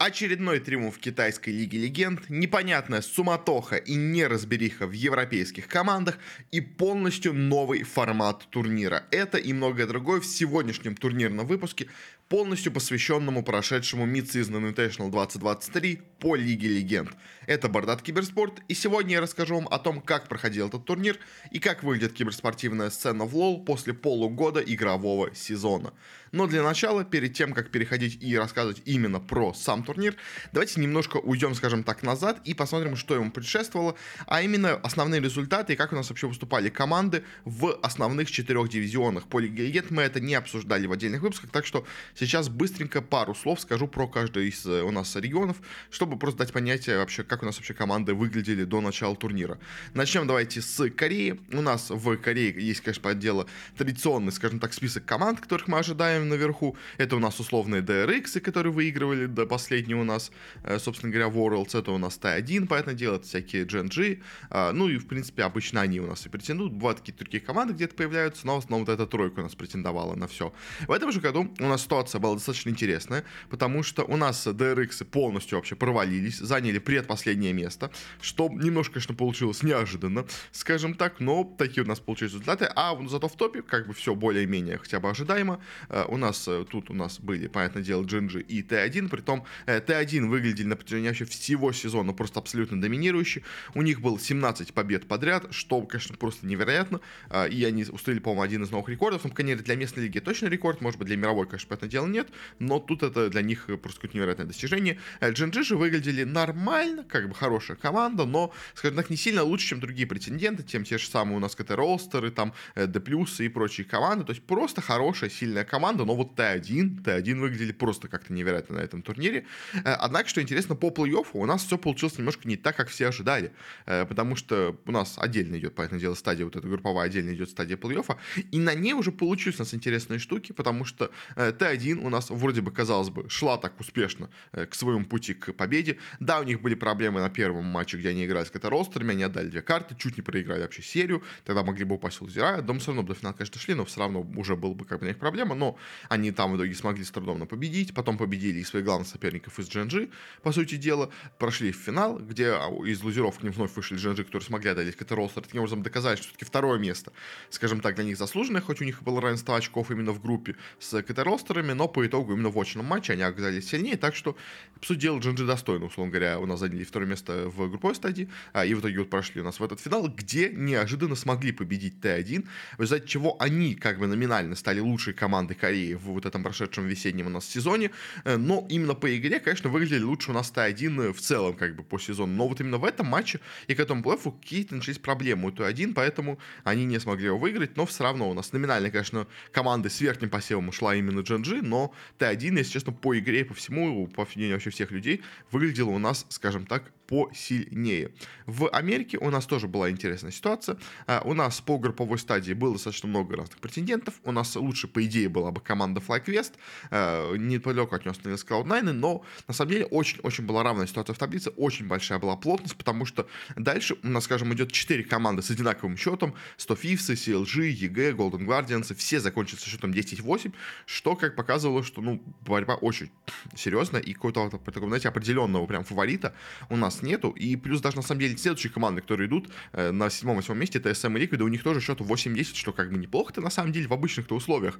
Очередной триумф китайской Лиги Легенд, непонятная суматоха и неразбериха в европейских командах и полностью новый формат турнира. Это и многое другое в сегодняшнем турнирном выпуске, полностью посвященному прошедшему Mid-Season Invitational 2023 по Лиге Легенд. Это Бардат Киберспорт, и сегодня я расскажу вам о том, как проходил этот турнир и как выглядит киберспортивная сцена в LoL после полугода игрового сезона. Но для начала, перед тем, как переходить и рассказывать именно про сам турнир, давайте немножко уйдем, скажем так, назад и посмотрим, что ему предшествовало, а именно основные результаты и как у нас вообще выступали команды в основных 4 дивизионах по Лиге Легенд. Мы это не обсуждали в отдельных выпусках, так что сейчас быстренько пару слов скажу про каждый из у нас регионов, чтобы просто дать понятие вообще, как у нас вообще команды выглядели до начала турнира. Начнем давайте с Кореи. У нас в Корее есть, конечно, по отделу традиционный, скажем так, список команд, которых мы ожидаем наверху. Это у нас условные DRX, которые выигрывали до последнего у нас, собственно говоря, Worlds. Это у нас T1, понятное дело, это всякие GNG. Ну и, в принципе, обычно они у нас и претендуют. Бывают какие-то другие команды где-то появляются, но в основном вот эта тройка у нас претендовала на все. В этом же году у нас ситуация была достаточно интересная, потому что у нас DRX полностью вообще провалились, заняли предпоследнее место, что немножко, конечно, получилось неожиданно, скажем так, но такие у нас получились результаты. А зато в топе как бы все более-менее хотя бы ожидаемо. У нас тут были, понятное дело, GNG и T1, притом T1 выглядели на протяжении вообще всего сезона просто абсолютно доминирующие. У них было 17 побед подряд, что, конечно, просто невероятно, и они установили, по-моему, один из новых рекордов. Ну, конечно, для местной лиги точно рекорд, может быть, для мировой, конечно, понятное дело, нет, но тут это для них просто какое-то невероятное достижение. GNG же выглядели нормально, как бы хорошая команда, но, скажем так, не сильно лучше, чем другие претенденты, тем те же самые у нас КТ-ростеры, там, D+, и прочие команды, то есть просто хорошая, сильная команда, но вот T1 выглядели просто как-то невероятно на этом турнире. Однако, что интересно, по плей-оффу у нас все получилось немножко не так, как все ожидали, потому что у нас отдельно идет, понятное дело, стадия вот эта групповая, отдельно идет стадия плей-оффа, и на ней уже получились у нас интересные штуки, потому что T1 у нас вроде бы, казалось бы, шла так успешно к своему пути к победе. Да, у них были проблемы на первом матче, где они играли с КТ-ростерами, они отдали 2 карты, чуть не проиграли вообще серию, тогда могли бы упасть в лузера, но все равно до финала, конечно, дошли, но все равно уже была бы как бы у них проблема, но они там в итоге смогли с трудом победить, потом победили и своих главных соперников из GNG, по сути дела, прошли в финал, где из лузеров к ним вновь вышли GNG, которые смогли одолеть КТ-ростер, таким образом доказали, что все-таки второе место, скажем так, для них заслуженное, хоть у них было равенство очков именно в группе с КТ-ростерами, но по итогу именно в очном матче они оказались сильнее, так что, по сути дела, GNG достойно, условно говоря, у нас заняли второе место в групповой стадии, и в итоге вот прошли у нас в этот финал, где неожиданно смогли победить T1, в результате чего они как бы номинально стали лучшей командой Кореи в вот этом прошедшем весеннем у нас сезоне, но именно по игре, конечно, выглядели лучше у нас T1 в целом как бы по сезону, но вот именно в этом матче и к этому плей-оффу какие-то начались проблемы у T1, поэтому они не смогли его выиграть, но все равно у нас номинально, конечно, команды с верхним посевом ушла именно GNG, но T1, если честно, по игре, по всему, по мнению вообще всех людей, выглядело у нас, скажем так, посильнее. В Америке у нас тоже была интересная ситуация. У нас по групповой стадии было достаточно много разных претендентов. У нас лучше, по идее, была бы команда FlyQuest. Неподалеку от нее остановилась Cloud9, но на самом деле очень-очень была равная ситуация в таблице. Очень большая была плотность, потому что дальше у нас, скажем, идет 4 команды с одинаковым счетом. 100 Thieves, CLG, EG, Golden Guardians. Все закончили со счетом 10-8, что как показывало, что борьба очень серьезная и какого-то такого, знаете, определенного прям фаворита у нас нету, и плюс даже на самом деле следующие команды, которые идут на 7-8 месте, это SM и Liquid, у них тоже счет 8-10, что как бы неплохо-то на самом деле в обычных-то условиях,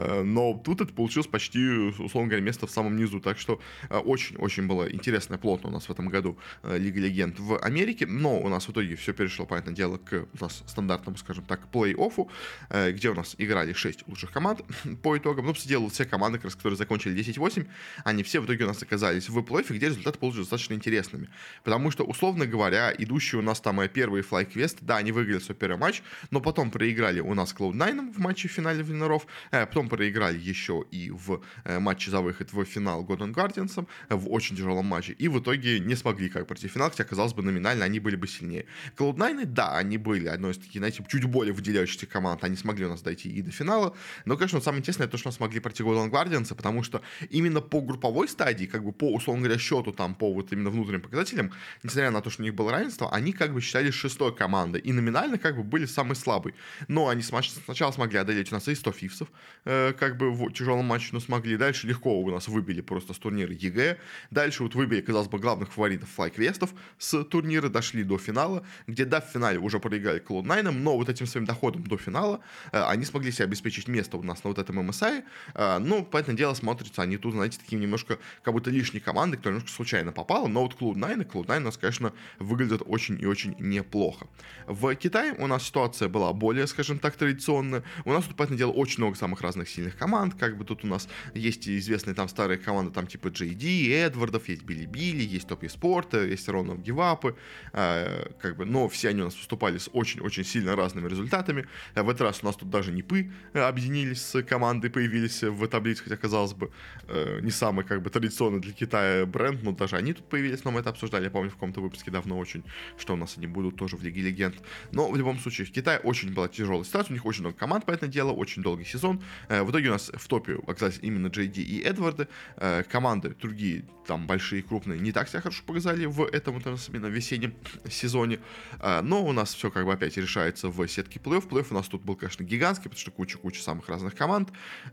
но тут это получилось почти, условно говоря, место в самом низу, так что очень-очень было интересно, плотно у нас в этом году Лига Легенд в Америке, но у нас в итоге все перешло, понятное дело, к у нас стандартному, скажем так, плей-оффу, где у нас играли 6 лучших команд по итогам, ну, все все команды, которые закончили 10-8, они все в итоге у нас оказались в плей-оффе, где результаты получились достаточно интересными. Потому что, условно говоря, идущие у нас там первые FlyQuest, да, они выиграли свой первый матч, но потом проиграли у нас Cloud9 в матче в финале Виноров, потом проиграли еще и в матче за выход в финал Golden Guardians в очень тяжелом матче, и в итоге не смогли как пройти финал, хотя, казалось бы, номинально они были бы сильнее. Cloud9, да, они были одной из таких, знаете, чуть более выделяющихся команд, они смогли у нас дойти и до финала, но, конечно, самое интересное, то, что у нас смогли пройти Golden Guardians, потому что именно по групповой стадии, как бы по, условно говоря, счету, там, по вот именно внутренним показателям, несмотря на то, что у них было равенство, они как бы считались шестой командой, и номинально как бы были самой слабой. Но они сначала смогли одолеть у нас и 100 фифсов, как бы в тяжелом матче, но смогли. Дальше легко у нас выбили просто с турнира ЕГЭ. Дальше вот выбили, казалось бы, главных фаворитов флайквестов с турнира, дошли до финала, где, да, в финале уже проиграли Cloud9, но вот этим своим доходом до финала они смогли себе обеспечить место у нас на вот этом MSI. Ну, поэтому дело смотрится, они тут, знаете, таким немножко, как будто лишней командой, которая немножко случайно попала, но вот Cloud9 у нас, конечно, выглядит очень и очень неплохо. В Китае у нас ситуация была более, скажем так, традиционная. У нас тут, понятное дело, очень много самых разных сильных команд, как бы тут у нас есть известные там старые команды, там типа JD, Эдвардов, есть Билибили, есть Топ Спорт, есть Ронов Гивапы, как бы, но все они у нас выступали с очень-очень сильно разными результатами. В этот раз у нас тут даже НИПы объединились с командой, появились в таблице, хотя, казалось бы, не самый, как бы, традиционный для Китая бренд, но даже они тут появились, но мы это обсуждали, я помню, в каком-то выпуске давно очень, что у нас они будут тоже в Лиге Легенд. Но в любом случае, в Китае очень была тяжелая ситуация, у них очень много команд, по этому делу, очень долгий сезон. В итоге у нас в топе оказались именно JD и Эдварды. Команды другие, там, большие, крупные, не так себя хорошо показали в этом, именно весеннем сезоне. Но у нас все, как бы, опять решается в сетке плей-офф. Плей-офф у нас тут был, конечно, гигантский, потому что куча самых разных команд.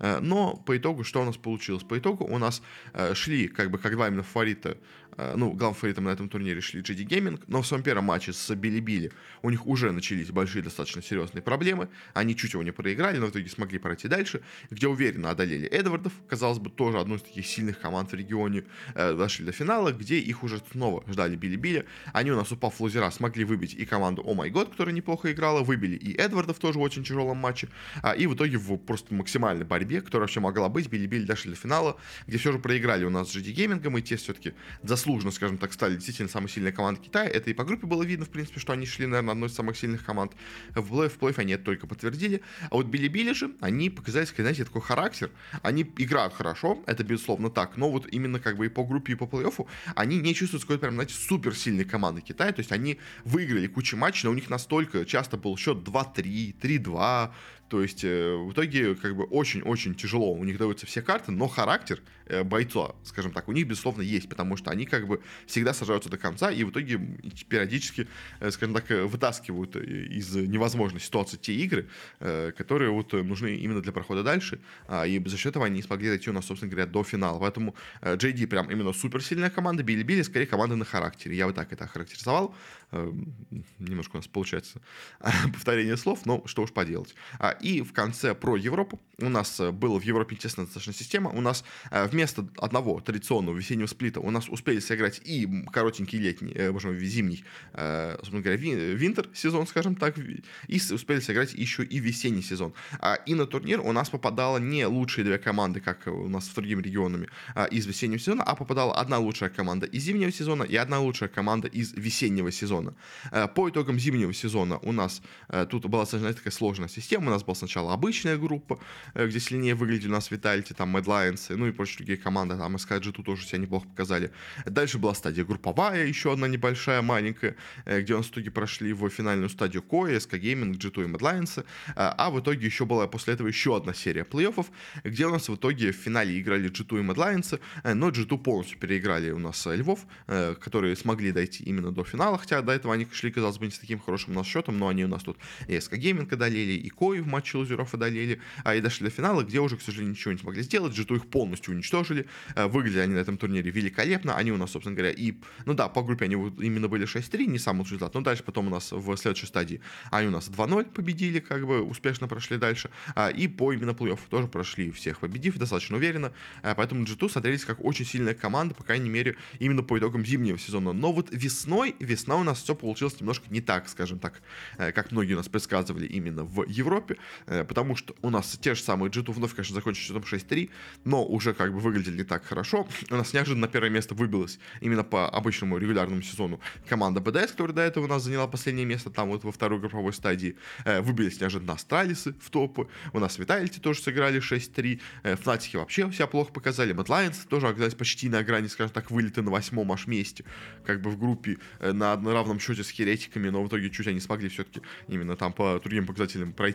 Но по итогу, что у нас получилось? По итогу у нас шли, как бы, как два именно фаворита, ну, главным фаворитом на этом турнире шли GD Gaming, но в своем первом матче с Билибили у них уже начались большие, достаточно серьезные проблемы. Они чуть его не проиграли, но в итоге смогли пройти дальше, где уверенно одолели Эдвардов, казалось бы, тоже одну из таких сильных команд в регионе, дошли до финала, где их уже снова ждали Билибили. Они у нас, упав в лузера, смогли выбить и команду Oh My God, которая неплохо играла, выбили и Эдвардов тоже в очень тяжелом матче, и в итоге в просто максимальной борьбе, которая вообще могла быть, Билибили дошли до финала, где все же проиграли у нас с GD Gaming, и те все-таки заслуженно, скажем так, стали действительно самой сильной командой Китая. Это и по группе было видно, в принципе, что они шли, наверное, одной из самых сильных команд. В плей-офф они это только подтвердили. А вот Билибили же, они показали, знаете, такой характер. Они играют хорошо, это безусловно так, но вот именно как бы и по группе, и по плей-оффу они не чувствуют какой-то прям, знаете, суперсильной команды Китая. То есть они выиграли кучу матчей, но у них настолько часто был счет 2-3, 3-2. То есть в итоге как бы очень-очень тяжело. У них даются все карты, но характер бойца, скажем так, у них безусловно есть, потому что они как бы всегда сажаются до конца и в итоге периодически, скажем так, вытаскивают из невозможной ситуации те игры, которые вот нужны именно для прохода дальше. И за счет этого они смогли дойти у нас, собственно говоря, до финала. Поэтому JD прям именно суперсильная команда, Билибили скорее команда на характере. Я бы так это охарактеризовал. Немножко у нас получается повторение слов, но что уж поделать. И в конце про Европу. У нас была в Европе интересная достаточно система. У нас вместо одного традиционного весеннего сплита у нас успели сыграть и коротенький летний, зимний, собственно говоря, винтер сезон, скажем так, и успели сыграть еще и весенний сезон. И на турнир у нас попадало не лучшие две команды, как у нас с другими регионами, из весеннего сезона, а попадала одна лучшая команда из зимнего сезона и одна лучшая команда из весеннего сезона. По итогам зимнего сезона у нас тут была, знаете, такая сложная система. У нас была сначала обычная группа, где сильнее выглядели у нас Vitality, там Mad Lions, ну и прочие другие команды, там SKG тоже себя неплохо показали. Дальше была стадия групповая, еще одна небольшая, маленькая, где у нас в итоге прошли в финальную стадию Koi, SK Gaming, G2 и Mad Lions, а в итоге еще была после этого еще одна серия плей-оффов, где у нас в итоге в финале играли G2 и Mad Lions, но G2 полностью переиграли у нас Львов, которые смогли дойти именно до финала, хотя до этого они шли, казалось бы, не с таким хорошим у нас счетом, но они у нас тут и SK Gaming одолели, и Koi в матче лузеров одолели, и дошли до финала, где уже, к сожалению, ничего не смогли сделать, G2 их полностью уничтожили, выглядели они на этом турнире великолепно, они у нас, собственно говоря, и, ну да, по группе они именно были 6-3, не самый лучший результат, но дальше потом у нас в следующей стадии они у нас 2-0 победили, как бы успешно прошли дальше, и по именно плей-офф тоже прошли всех победив, достаточно уверенно, поэтому G2 смотрелись как очень сильная команда, по крайней мере, именно по итогам зимнего сезона, но вот весна у нас все получилось немножко не так, скажем так, как многие у нас предсказывали именно в Европе, потому что у нас те же самые G2 вновь, конечно, закончили счетом 6-3, но уже как бы выглядели не так хорошо. У нас неожиданно на первое место выбилась именно по обычному регулярному сезону команда BDS, которая до этого у нас заняла последнее место там вот во второй групповой стадии. Выбились неожиданно Астралисы в топы. У нас Vitality тоже сыграли 6-3. Фнатики вообще себя плохо показали. Mad Lions тоже оказались почти на грани, скажем так, вылета на 8-м аж месте, как бы в группе на равном счете с Херетиками, но в итоге чуть они смогли все-таки именно там по другим показателям пройти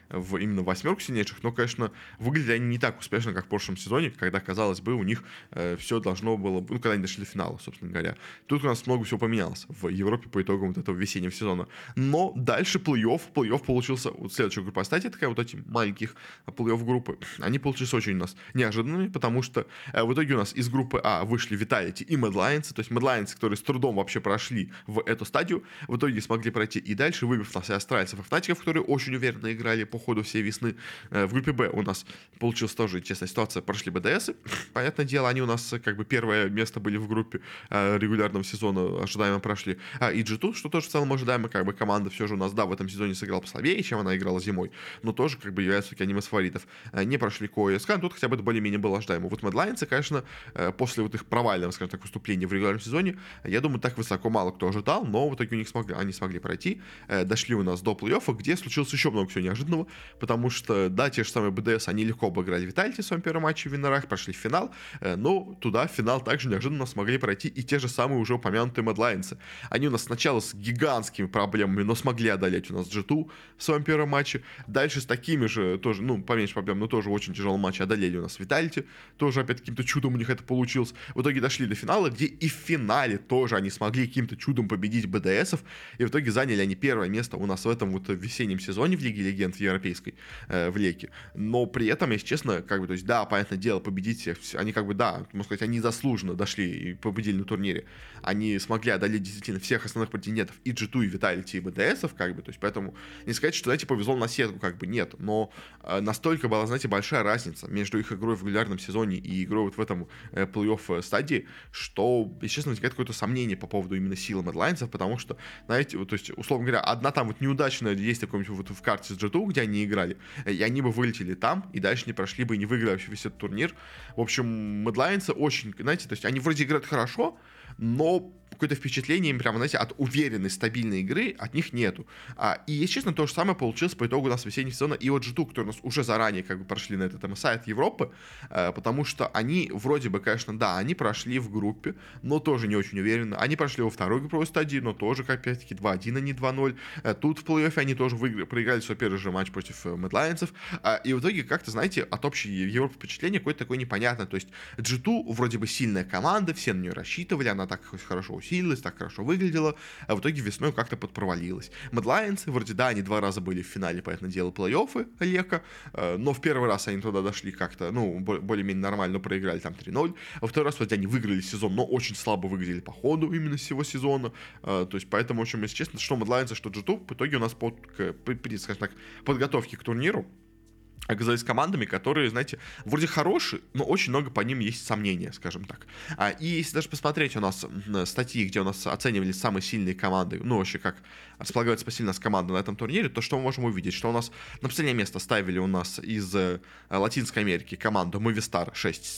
именно восьмерку сильнейших, но, конечно, выглядели они не так успешно, как в прошлом сезоне, когда, казалось бы, у них все должно было, ну, когда они дошли до финала, собственно говоря. Тут у нас много всего поменялось в Европе по итогам вот этого весеннего сезона. Но дальше плей-офф получился, вот следующая группа стадии такая, вот эти маленьких плей-офф группы, они получились очень у нас неожиданными, потому что в итоге у нас из группы А вышли Vitality и Mad Lions, то есть Mad Lions, которые с трудом вообще прошли в эту стадию, в итоге смогли пройти и дальше, выбив нас и австралийцев, и фнатиков, которые очень уверенно играли по ходу всей весны. В группе Б у нас получилась тоже честная ситуация, прошли БДСы, понятное дело, они у нас как бы первое место были в группе регулярного сезона, ожидаемо прошли, и G2, что тоже в целом ожидаемо, как бы команда все же у нас, да, в этом сезоне сыграла послабее, чем она играла зимой, но тоже как бы является одним из фаворитов. Не прошли КОСК, но тут хотя бы это более-менее было ожидаемо. Вот Mad Lions, конечно, после вот их провального, скажем так, выступления в регулярном сезоне, я думаю, так высоко мало кто ожидал, но в итоге у них они смогли пройти, дошли у нас до плей-оффа, где случилось еще много всего неожиданного, потому что, да, те же самые БДС, они легко обыграли Vitality в своем первом матче в Виннерах, прошли в финал, но туда в финал также неожиданно смогли пройти и те же самые уже упомянутые Mad Lions. Они у нас сначала с гигантскими проблемами, но смогли одолеть у нас G2 в своем первом матче, дальше с такими же, тоже, ну, поменьше проблем, но тоже очень тяжелом матче одолели у нас Vitality, тоже опять каким-то чудом у них это получилось. В итоге дошли до финала, где и в финале тоже они смогли каким-то чудом победить БДСов, и в итоге заняли они первое место у нас в этом вот весеннем сезоне в Лиге Легенд в европейской, в Леке. Но при этом, если честно, как бы, то есть, да, понятное дело, победить всех, они как бы, да, можно сказать, они заслуженно дошли и победили на турнире. Они смогли одолеть действительно всех основных претендентов и G2, и Vitality, и БДСов, как бы, то есть, поэтому не сказать, что, знаете, повезло на сетку, как бы, нет, но настолько была, знаете, большая разница между их игрой в регулярном сезоне и игрой вот в этом плей-офф стадии, что, если честно, возникает какое-то сомнение по поводу именно силы Mad Lions, потому что, знаете, вот, то есть, условно говоря, одна там вот неудачная есть такой-нибудь вот в карте с G2, где они играли, и они бы вылетели там, и дальше не прошли бы и не выиграли вообще весь этот турнир. В общем, Mad Lions очень, знаете, то есть, они вроде играют хорошо, но какое-то впечатление им прямо, знаете, от уверенной, стабильной игры от них нету. И, если честно, то же самое получилось по итогу у нас весеннего сезона и от G2, которые у нас уже заранее как бы прошли на этот MSI от Европы, потому что они вроде бы, конечно, да, они прошли в группе, но тоже не очень уверенно. Они прошли во второй групповой стадии, но тоже, опять-таки, 2-1, а не 2-0. Тут в плей-оффе они тоже проиграли свой первый же матч против Mad Lions. И в итоге, как-то, знаете, от общей Европы впечатление какое-то такое непонятное. То есть G2 вроде бы сильная команда, все на нее рассчитывали, она так хорошо усилилась, так хорошо выглядела, а в итоге весной как-то подпровалилась. Mad Lions, вроде, да, они 2 раза были в финале, понятное дело, плей-оффы Лека, но в первый раз они туда дошли как-то, ну, более-менее нормально, но проиграли там 3-0. Во второй раз, вроде, они выиграли сезон, но очень слабо выглядели по ходу именно всего сезона. То есть, поэтому, в общем, если честно, что Mad Lions, что G2, в итоге у нас при, скажем так, подготовке к турниру оказались командами, которые, знаете, вроде хорошие, но очень много по ним есть сомнения, скажем так. И если даже посмотреть у нас статьи, где у нас оценивали самые сильные команды, ну, вообще, как располагаются по сильности команды на этом турнире, то что мы можем увидеть? Что у нас на последнее место ставили у нас из Латинской Америки команду Movistar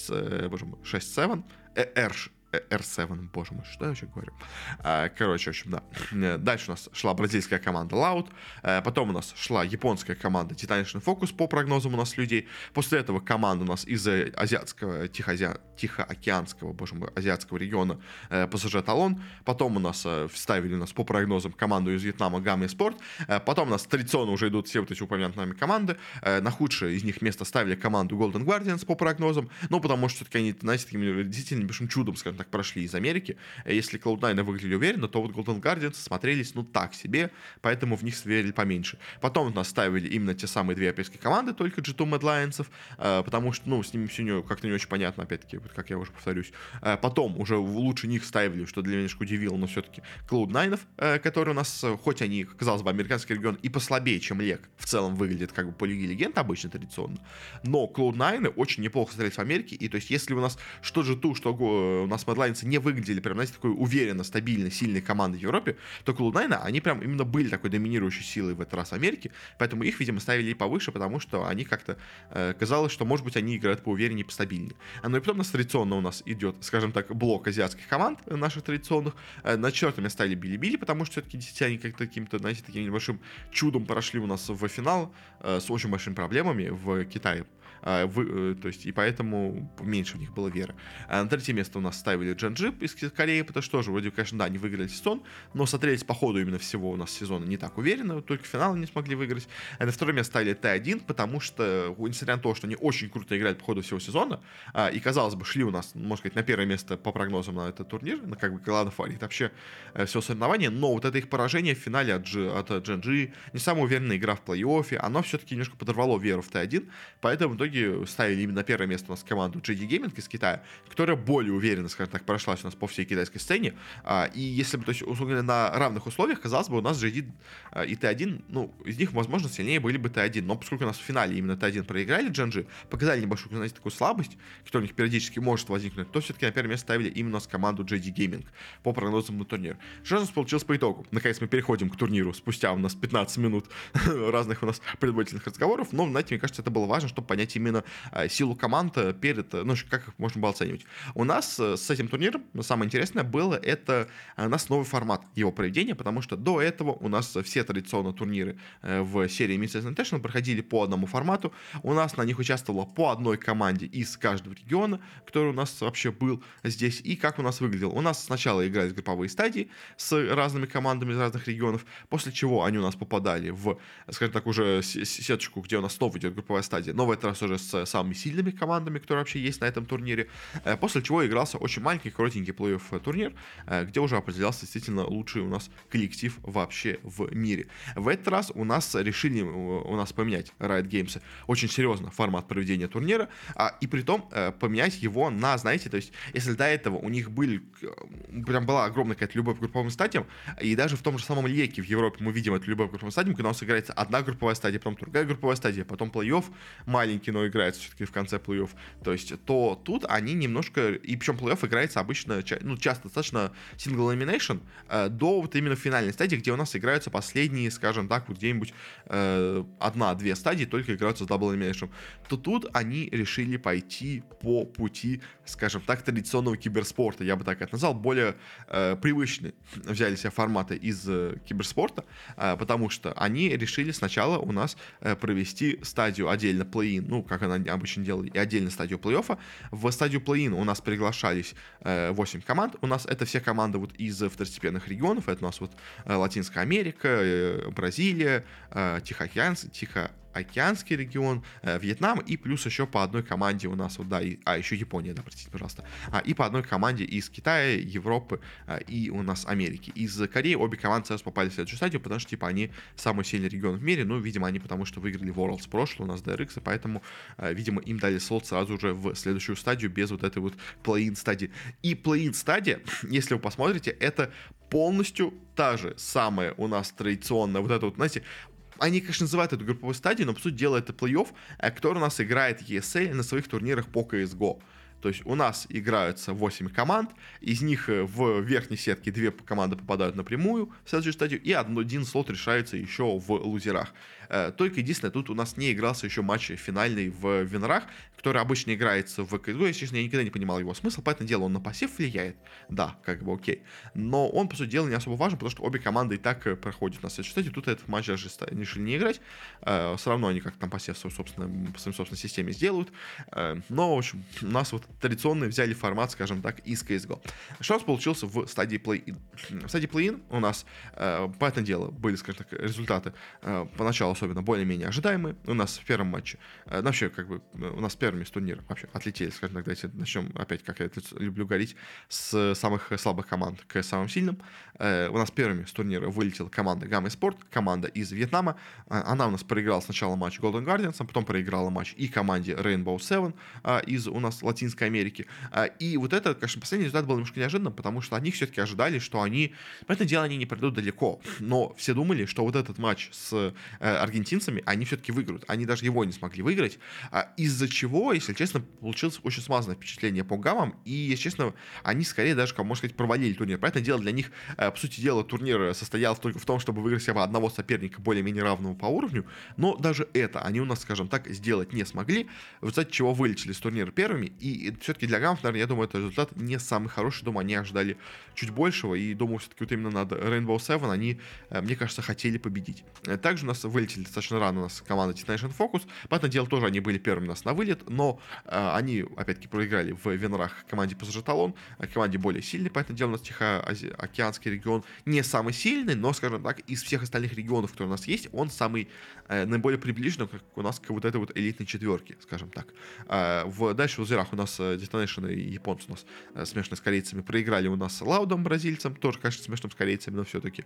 6-7, R7, боже мой, что я вообще говорю? Короче, в общем, да. Дальше у нас шла бразильская команда Loud, потом у нас шла японская команда Titanic Focus по прогнозам у нас людей. После этого команда у нас из азиатского, тихоокеанского, боже мой, азиатского региона PSG Talon. Потом у нас вставили у нас по прогнозам команду из Вьетнама Gamma Sport. Потом у нас традиционно уже идут все вот эти упомянутые нами команды. На худшее из них место ставили команду Golden Guardians по прогнозам. Ну, потому что все-таки они, знаете, таким действительно большим чудом, скажем так, прошли из Америки. Если Cloud9 выглядели уверенно, то вот Golden Guardians смотрелись, ну, так себе, поэтому в них сверили поменьше. Потом у нас ставили именно те самые две европейские команды, только G2 Mad Lions, потому что, ну, с ними все как-то не очень понятно, опять-таки, вот как я уже повторюсь. Потом уже лучше них ставили, что для меня немножко удивило, но все-таки Cloud9, которые у нас, хоть они, казалось бы, американский регион и послабее, чем Лек, в целом выглядит как бы по Лиге Легенд обычно традиционно, но Cloud9 очень неплохо смотрелись в Америке, и то есть если у нас что G2, что у нас Mad Lions не выглядели прям, знаете, такой уверенно, стабильной, сильной командой в Европе, то Cloud9, они прям именно были такой доминирующей силой в этот раз в Америке, поэтому их, видимо, ставили и повыше, потому что они как-то казалось, что, может быть, они играют поувереннее, постабильнее. Ну и потом у нас традиционно у нас идет, скажем так, блок азиатских команд наших традиционных. На четвертом месте ставили Билибили, потому что все-таки действительно они как-то каким-то, знаете, таким небольшим чудом прошли у нас в финал с очень большими проблемами в Китае. То есть, и поэтому меньше в них было веры. На третье место у нас ставили Gen.G из Кореи, потому что тоже, вроде, конечно, да, они выиграли сезон, но смотрелись по ходу именно всего у нас сезона не так уверенно, только финал не смогли выиграть. На второе место ставили T1, потому что, несмотря на то, что они очень круто играли по ходу всего сезона, и, казалось бы, шли у нас, можно сказать, на первое место по прогнозам на этот турнир, на как бы главный фаворит вообще все соревнования, но вот это их поражение в финале от Gen.G, не самая уверенная игра в плей-оффе, оно все-таки немножко подорвало веру в T1, поэтому в итоге ставили именно на первое место у нас команду JD Gaming из Китая, которая более уверенно, скажем так, прошлась у нас по всей китайской сцене, и если бы, то есть, на равных условиях, казалось бы, у нас JD и T1, ну, из них, возможно, сильнее были бы T1, но поскольку у нас в финале именно T1 проиграли Gen.G, показали небольшую, знаете, такую слабость, которая у них периодически может возникнуть, то все-таки на первое место ставили именно с команду JD Gaming по прогнозам на турнир. Что у нас получилось по итогу? Наконец мы переходим к турниру спустя у нас 15 минут разных у нас предварительных разговоров, но, знаете, мне кажется, это было важно, чтобы понять именно силу команд перед, ну, как их можно было оценивать. У нас с этим турниром самое интересное было, это у нас новый формат его проведения, потому что до этого у нас все традиционные турниры в серии Mid-Season International проходили по одному формату, у нас на них участвовало по одной команде из каждого региона, который у нас вообще был здесь, и как у нас выглядел. У нас сначала игрались групповые стадии с разными командами из разных регионов, после чего они у нас попадали в, скажем так, уже сеточку, где у нас снова идет групповая стадия, но в этот раз уже с самыми сильными командами, которые вообще есть на этом турнире, после чего игрался очень маленький, коротенький плей-офф турнир, где уже определялся действительно лучший у нас коллектив вообще в мире. В этот раз у нас решили поменять Riot Games очень серьезно формат проведения турнира, и при том поменять его на, знаете, то есть, если до этого у них прям была огромная какая-то любовь к групповым стадиям, и даже в том же самом Леке в Европе мы видим эту любовь к групповым стадиям, когда у нас играется одна групповая стадия, потом другая групповая стадия, потом плей-офф маленький, но играется все-таки в конце плей-офф, то есть, то тут они немножко, и причем плей-офф играется обычно, ну, часто достаточно single elimination, до вот именно финальной стадии, где у нас играются последние, скажем так, вот где-нибудь 1-2 стадии только играются с double elimination, то тут они решили пойти по пути, скажем так, традиционного киберспорта, я бы так это назвал, более привычные взяли себе форматы из киберспорта, потому что они решили сначала у нас провести стадию отдельно плей-ин, ну, как они обычно делали, и отдельно стадию плей-оффа. В стадию плей-ин у нас приглашались 8 команд, у нас это все команды вот из второстепенных регионов, это у нас вот Латинская Америка, Бразилия, Тихоокеанский регион, Вьетнам, и плюс еще по одной команде у нас, вот, да, еще Япония, да, простите, пожалуйста, и по одной команде из Китая, Европы и у нас Америки. Из Кореи обе команды сразу попали в следующую стадию, потому что, типа, они самый сильный регион в мире, ну, видимо, они потому что выиграли Worlds прошлый, у нас DRX, и поэтому, видимо, им дали слот сразу же в следующую стадию без вот этой вот плей-ин стадии. И плей-ин стадия, если вы посмотрите, это полностью та же самая у нас традиционная, вот эта вот, знаете, они, конечно, называют эту групповую стадию, но, по сути дела, это плей-офф, который у нас играет ESL на своих турнирах по CSGO. То есть у нас играются 8 команд, из них в верхней сетке 2 команды попадают напрямую в следующую стадию, и один слот решается еще в лузерах. Только единственное, тут у нас не игрался еще матч финальный в Винрах, который обычно играется в CSGO, если честно, я никогда не понимал его смысл, поэтому дело, он на пассив влияет, да, как бы окей, но он, по сути дела, не особо важен, потому что обе команды и так проходят на следующей стадии, тут этот матч даже решили не играть, все равно они как-то там пассив по своей собственной системе сделают, но, в общем, у нас вот традиционно взяли формат, скажем так, из CSGO. Что у нас получился в стадии плей-ин? В стадии плей-ин у нас, понятное дело, были, скажем так, результаты поначалу особенно более-менее ожидаемые. У нас в первом матче, вообще, как бы, у нас первыми с турнира вообще отлетели, скажем так, давайте начнем опять, как я это люблю говорить, с самых слабых команд к самым сильным. У нас первыми с турнира вылетела команда Gamma Sport, команда из Вьетнама. Она у нас проиграла сначала матч Golden Guardians, а потом проиграла матч и команде Rainbow Seven из у нас Латинской Америки. И вот это, конечно, последний результат был немножко неожиданным, потому что от них все-таки ожидали, что они, понятное дело, они не пройдут далеко, но все думали, что вот этот матч с аргентинцами они все-таки выиграют. Они даже его не смогли выиграть, из-за чего, если честно, получилось очень смазанное впечатление по гаммам, и, если честно, они скорее даже, как можно сказать, провалили турнир. Понятное дело, для них, по сути дела, турнир состоялся только в том, чтобы выиграть себе одного соперника более-менее равного по уровню, но даже это они у нас, скажем так, сделать не смогли, в результате чего вылетели с турнира первыми, и и все-таки для гаммов, наверное, я думаю, это результат не самый хороший, думаю, они ожидали чуть большего, и думаю, все-таки вот именно над Rainbow Seven они, мне кажется, хотели победить. Также у нас вылетели достаточно рано у нас команда Destination Focus, понятное дело, тоже они были первыми у нас на вылет, но они, опять-таки, проиграли в винрах команде PSG Talon, команде более сильной, понятное дело, у нас Тихоокеанский регион не самый сильный, но, скажем так, из всех остальных регионов, которые у нас есть, он самый наиболее приближенный у нас к вот этой вот элитной четверке, скажем так. Дальше в лузерах у нас Destination и японцы у нас смешанные с корейцами проиграли у нас Лаудом, бразильцам, тоже, конечно, смешным с корейцами, но все-таки.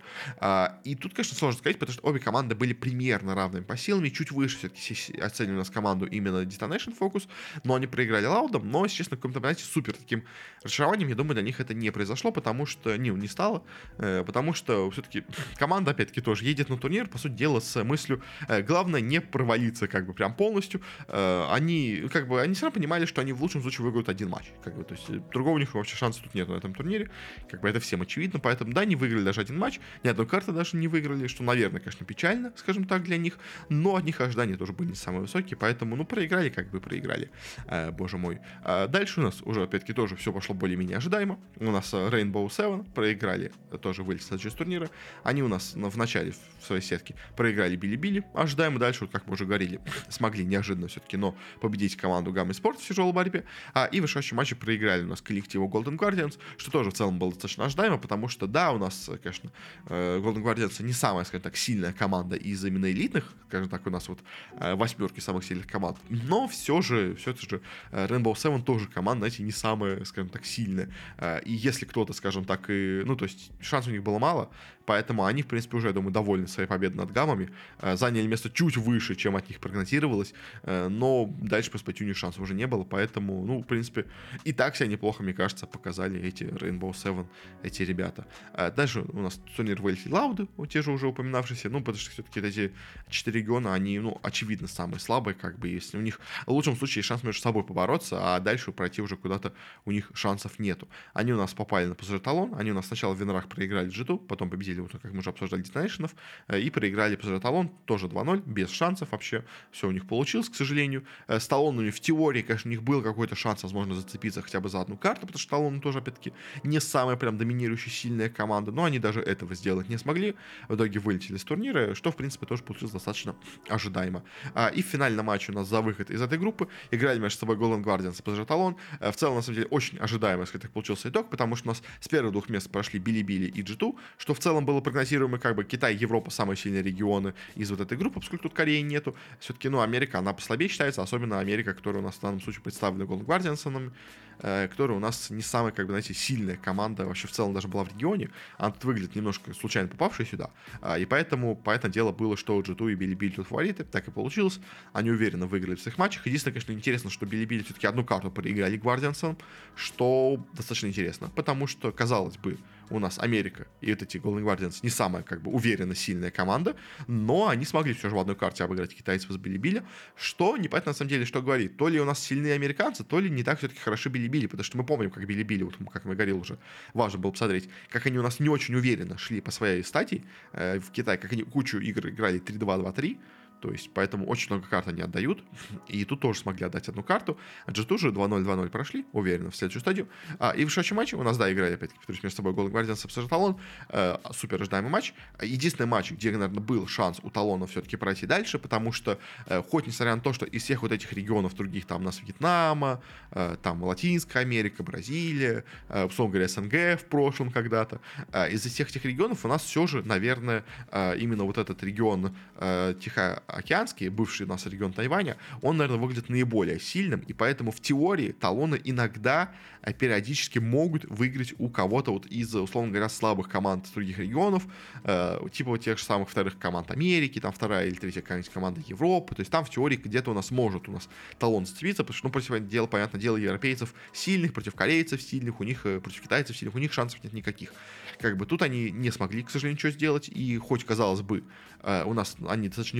И тут, конечно, сложно сказать, потому что обе команды были примерно равными по силам, и чуть выше все-таки оценивали у нас команду именно Destination Focus, но они проиграли Лаудом, но, если честно, в каком-то моменте супер таким разочарованием, я думаю, для них это не произошло, потому что, не стало, потому что все-таки команда, опять-таки, тоже едет на турнир, по сути дела, с мыслью, главное не провалиться, как бы, прям полностью. Они все равно понимали, что они в лучшем случае выиграют один матч, как бы, то есть другого у них вообще шанса тут нет на этом турнире, как бы это всем очевидно, поэтому, да, не выиграли даже один матч, ни одной карты даже не выиграли, что, наверное, конечно, печально, скажем так, для них, но от них ожидания тоже были не самые высокие, поэтому, проиграли, как бы проиграли, боже мой. Дальше у нас уже, опять-таки, тоже все пошло более-менее ожидаемо, у нас Rainbow Seven проиграли, тоже вылез из турнира, они у нас в начале в своей сетке проиграли Билибили, ожидаемо дальше, вот как мы уже говорили, смогли неожиданно все-таки, но победить команду Gamma Sport в тяжелой борьбе, и в решающем матче проиграли у нас коллективу Golden Guardians, что тоже в целом было достаточно ожидаемо, потому что, да, у нас, конечно, Golden Guardians не самая, скажем так, сильная команда из именно элитных, скажем так, у нас вот восьмерки самых сильных команд, но все это же Rainbow Seven тоже команда, знаете, не самая, скажем так, сильная, и если кто-то, скажем так, то есть шансов у них было мало, поэтому они, в принципе, уже, я думаю, довольны своей победой над гаммами, заняли место чуть выше, чем от них прогнозировалось, но дальше по спасти у них шансов уже не было, поэтому, в принципе, и так себя неплохо, мне кажется, показали эти Rainbow Seven, эти ребята. Дальше у нас турнир вылетели Лауды, те же уже упоминавшиеся, потому что все-таки эти 4 региона, они, очевидно, самые слабые, как бы, если у них в лучшем случае есть шанс между собой побороться, а дальше пройти уже куда-то у них шансов нету. Они у нас попали на PSG Talon, они у нас сначала в винрах проиграли G2, потом победили, вот как мы уже обсуждали, Destination'ов, и проиграли PSG Talon, тоже 2-0, без шансов вообще, все у них получилось, к сожалению. С Талонами в теории, конечно, у них был какой-то шанс, возможно, зацепиться хотя бы за одну карту, потому что Талон тоже, опять-таки, не самая прям доминирующая сильная команда, но они даже этого сделать не смогли, в итоге вылетели с турнира, что, в принципе, тоже получилось достаточно ожидаемо. И в финальном матче у нас за выход из этой группы играли между собой Golden Guardians и PSG Talon. В целом, на самом деле, очень ожидаемо, если так получился итог, потому что у нас с первых двух мест прошли Билибили и G2, что в целом было прогнозируемо, как бы Китай, Европа самые сильные регионы из вот этой группы, поскольку тут Кореи нету. Все-таки, Америка, она послабее считается, особенно Америка, которая у нас в данном случае представлена Golden Guardians, которая у нас не самая, как бы, знаете, сильная команда вообще в целом даже была в регионе. Она тут выглядит немножко случайно попавшая сюда. И поэтому, понятное дело, было, что G2 и Билибили тут фавориты. Так и получилось. Они уверенно выиграли в своих матчах. Единственное, конечно, интересно, что Билибили все-таки одну карту проиграли Guardians, что достаточно интересно. Потому что, казалось бы, у нас Америка и вот эти Golden Guardians не самая, как бы, уверенно сильная команда, но они смогли все же в одной карте обыграть китайцев с Билибили, что непонятно на самом деле, что говорит. То ли у нас сильные американцы, то ли не так все-таки хороши Билибили, потому что мы помним, как Билибили, вот как я говорил уже, важно было посмотреть, как они у нас не очень уверенно шли по своей стадии в Китае, как они кучу игр играли 3-2-2-3, то есть, поэтому очень много карт они отдают. И тут тоже смогли отдать одну карту. G2 же 2-0-2-0 прошли, уверенно, в следующую стадию. И в вышедшем матче у нас, да, играли, опять-таки, повторюсь, между собой Golden Guardians и PSG Talon. Супер ожидаемый матч. Единственный матч, где, наверное, был шанс у Талона все-таки пройти дальше, потому что, хоть несмотря на то, что из всех вот этих регионов других, там у нас Вьетнама, там Латинская Америка, Бразилия, условно говоря, СНГ в прошлом когда-то, из всех этих регионов у нас все же, наверное, именно вот этот регион Тихоокеанский, бывший у нас регион Тайваня, он, наверное, выглядит наиболее сильным, и поэтому в теории Талоны иногда периодически могут выиграть у кого-то вот из, условно говоря, слабых команд других регионов, типа вот тех же самых вторых команд Америки, там вторая или третья какая-нибудь команда Европы, то есть там в теории где-то у нас может Талон зацепиться, потому что, против дела, понятное дело, европейцев сильных, против корейцев сильных, у них, против китайцев сильных, у них шансов нет никаких. Как бы тут они не смогли, к сожалению, ничего сделать, и хоть, казалось бы, у нас они достаточно неплохо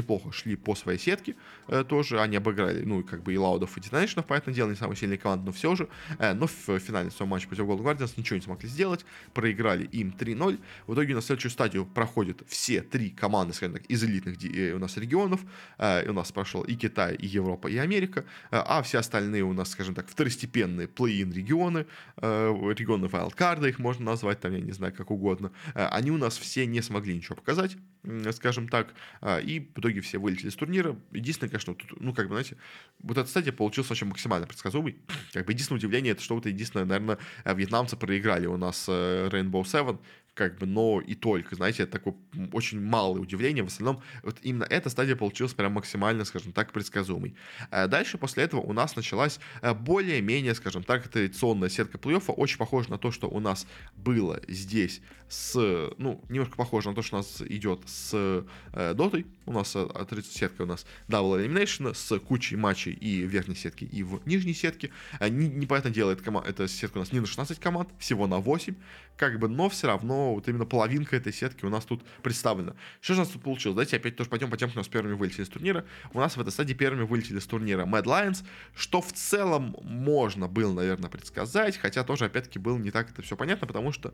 прошли по своей сетке тоже, они обыграли, ну, как бы и Лаудов, и Динейшнов, понятное дело, не самые сильные команды, но все же, но в финале своего матча против Golden Guardians ничего не смогли сделать, проиграли им 3-0, в итоге на следующую стадию проходят все три команды, скажем так, из элитных у нас регионов, у нас прошел и Китай, и Европа, и Америка, а все остальные у нас, скажем так, второстепенные плей-ин регионы, регионы вайлдкарда их можно назвать, там, я не знаю, как угодно, они у нас все не смогли ничего показать, скажем так, и в итоге все вылетели с турнира. Единственное, конечно, тут, ну, как бы, знаете, вот эта стадия получилась очень максимально предсказуемой. Как бы единственное удивление, это что вот единственное, наверное, вьетнамцы проиграли у нас Rainbow Seven, как бы, но и только, знаете, это такое очень малое удивление, в основном вот именно эта стадия получилась прям максимально, скажем так, предсказуемой. Дальше после этого у нас началась более-менее, скажем так, традиционная сетка плей-оффа, очень похожа на то, что у нас было здесь ну, немножко похоже на то, что у нас идет с Дотой, у нас сетка у нас Double Elimination с кучей матчей и в верхней сетке, и в нижней сетке. Непонятное дело, эта сетка у нас не на 16 команд, всего на 8, как бы, но все равно вот именно половинка этой сетки у нас тут представлена. Что же у нас тут получилось? Давайте опять тоже пойдем по тем, кто у нас первыми вылетели с турнира. У нас в этой стадии первыми вылетели с турнира Mad Lions, что в целом можно было, наверное, предсказать, хотя тоже, опять-таки, было не так это все понятно, потому что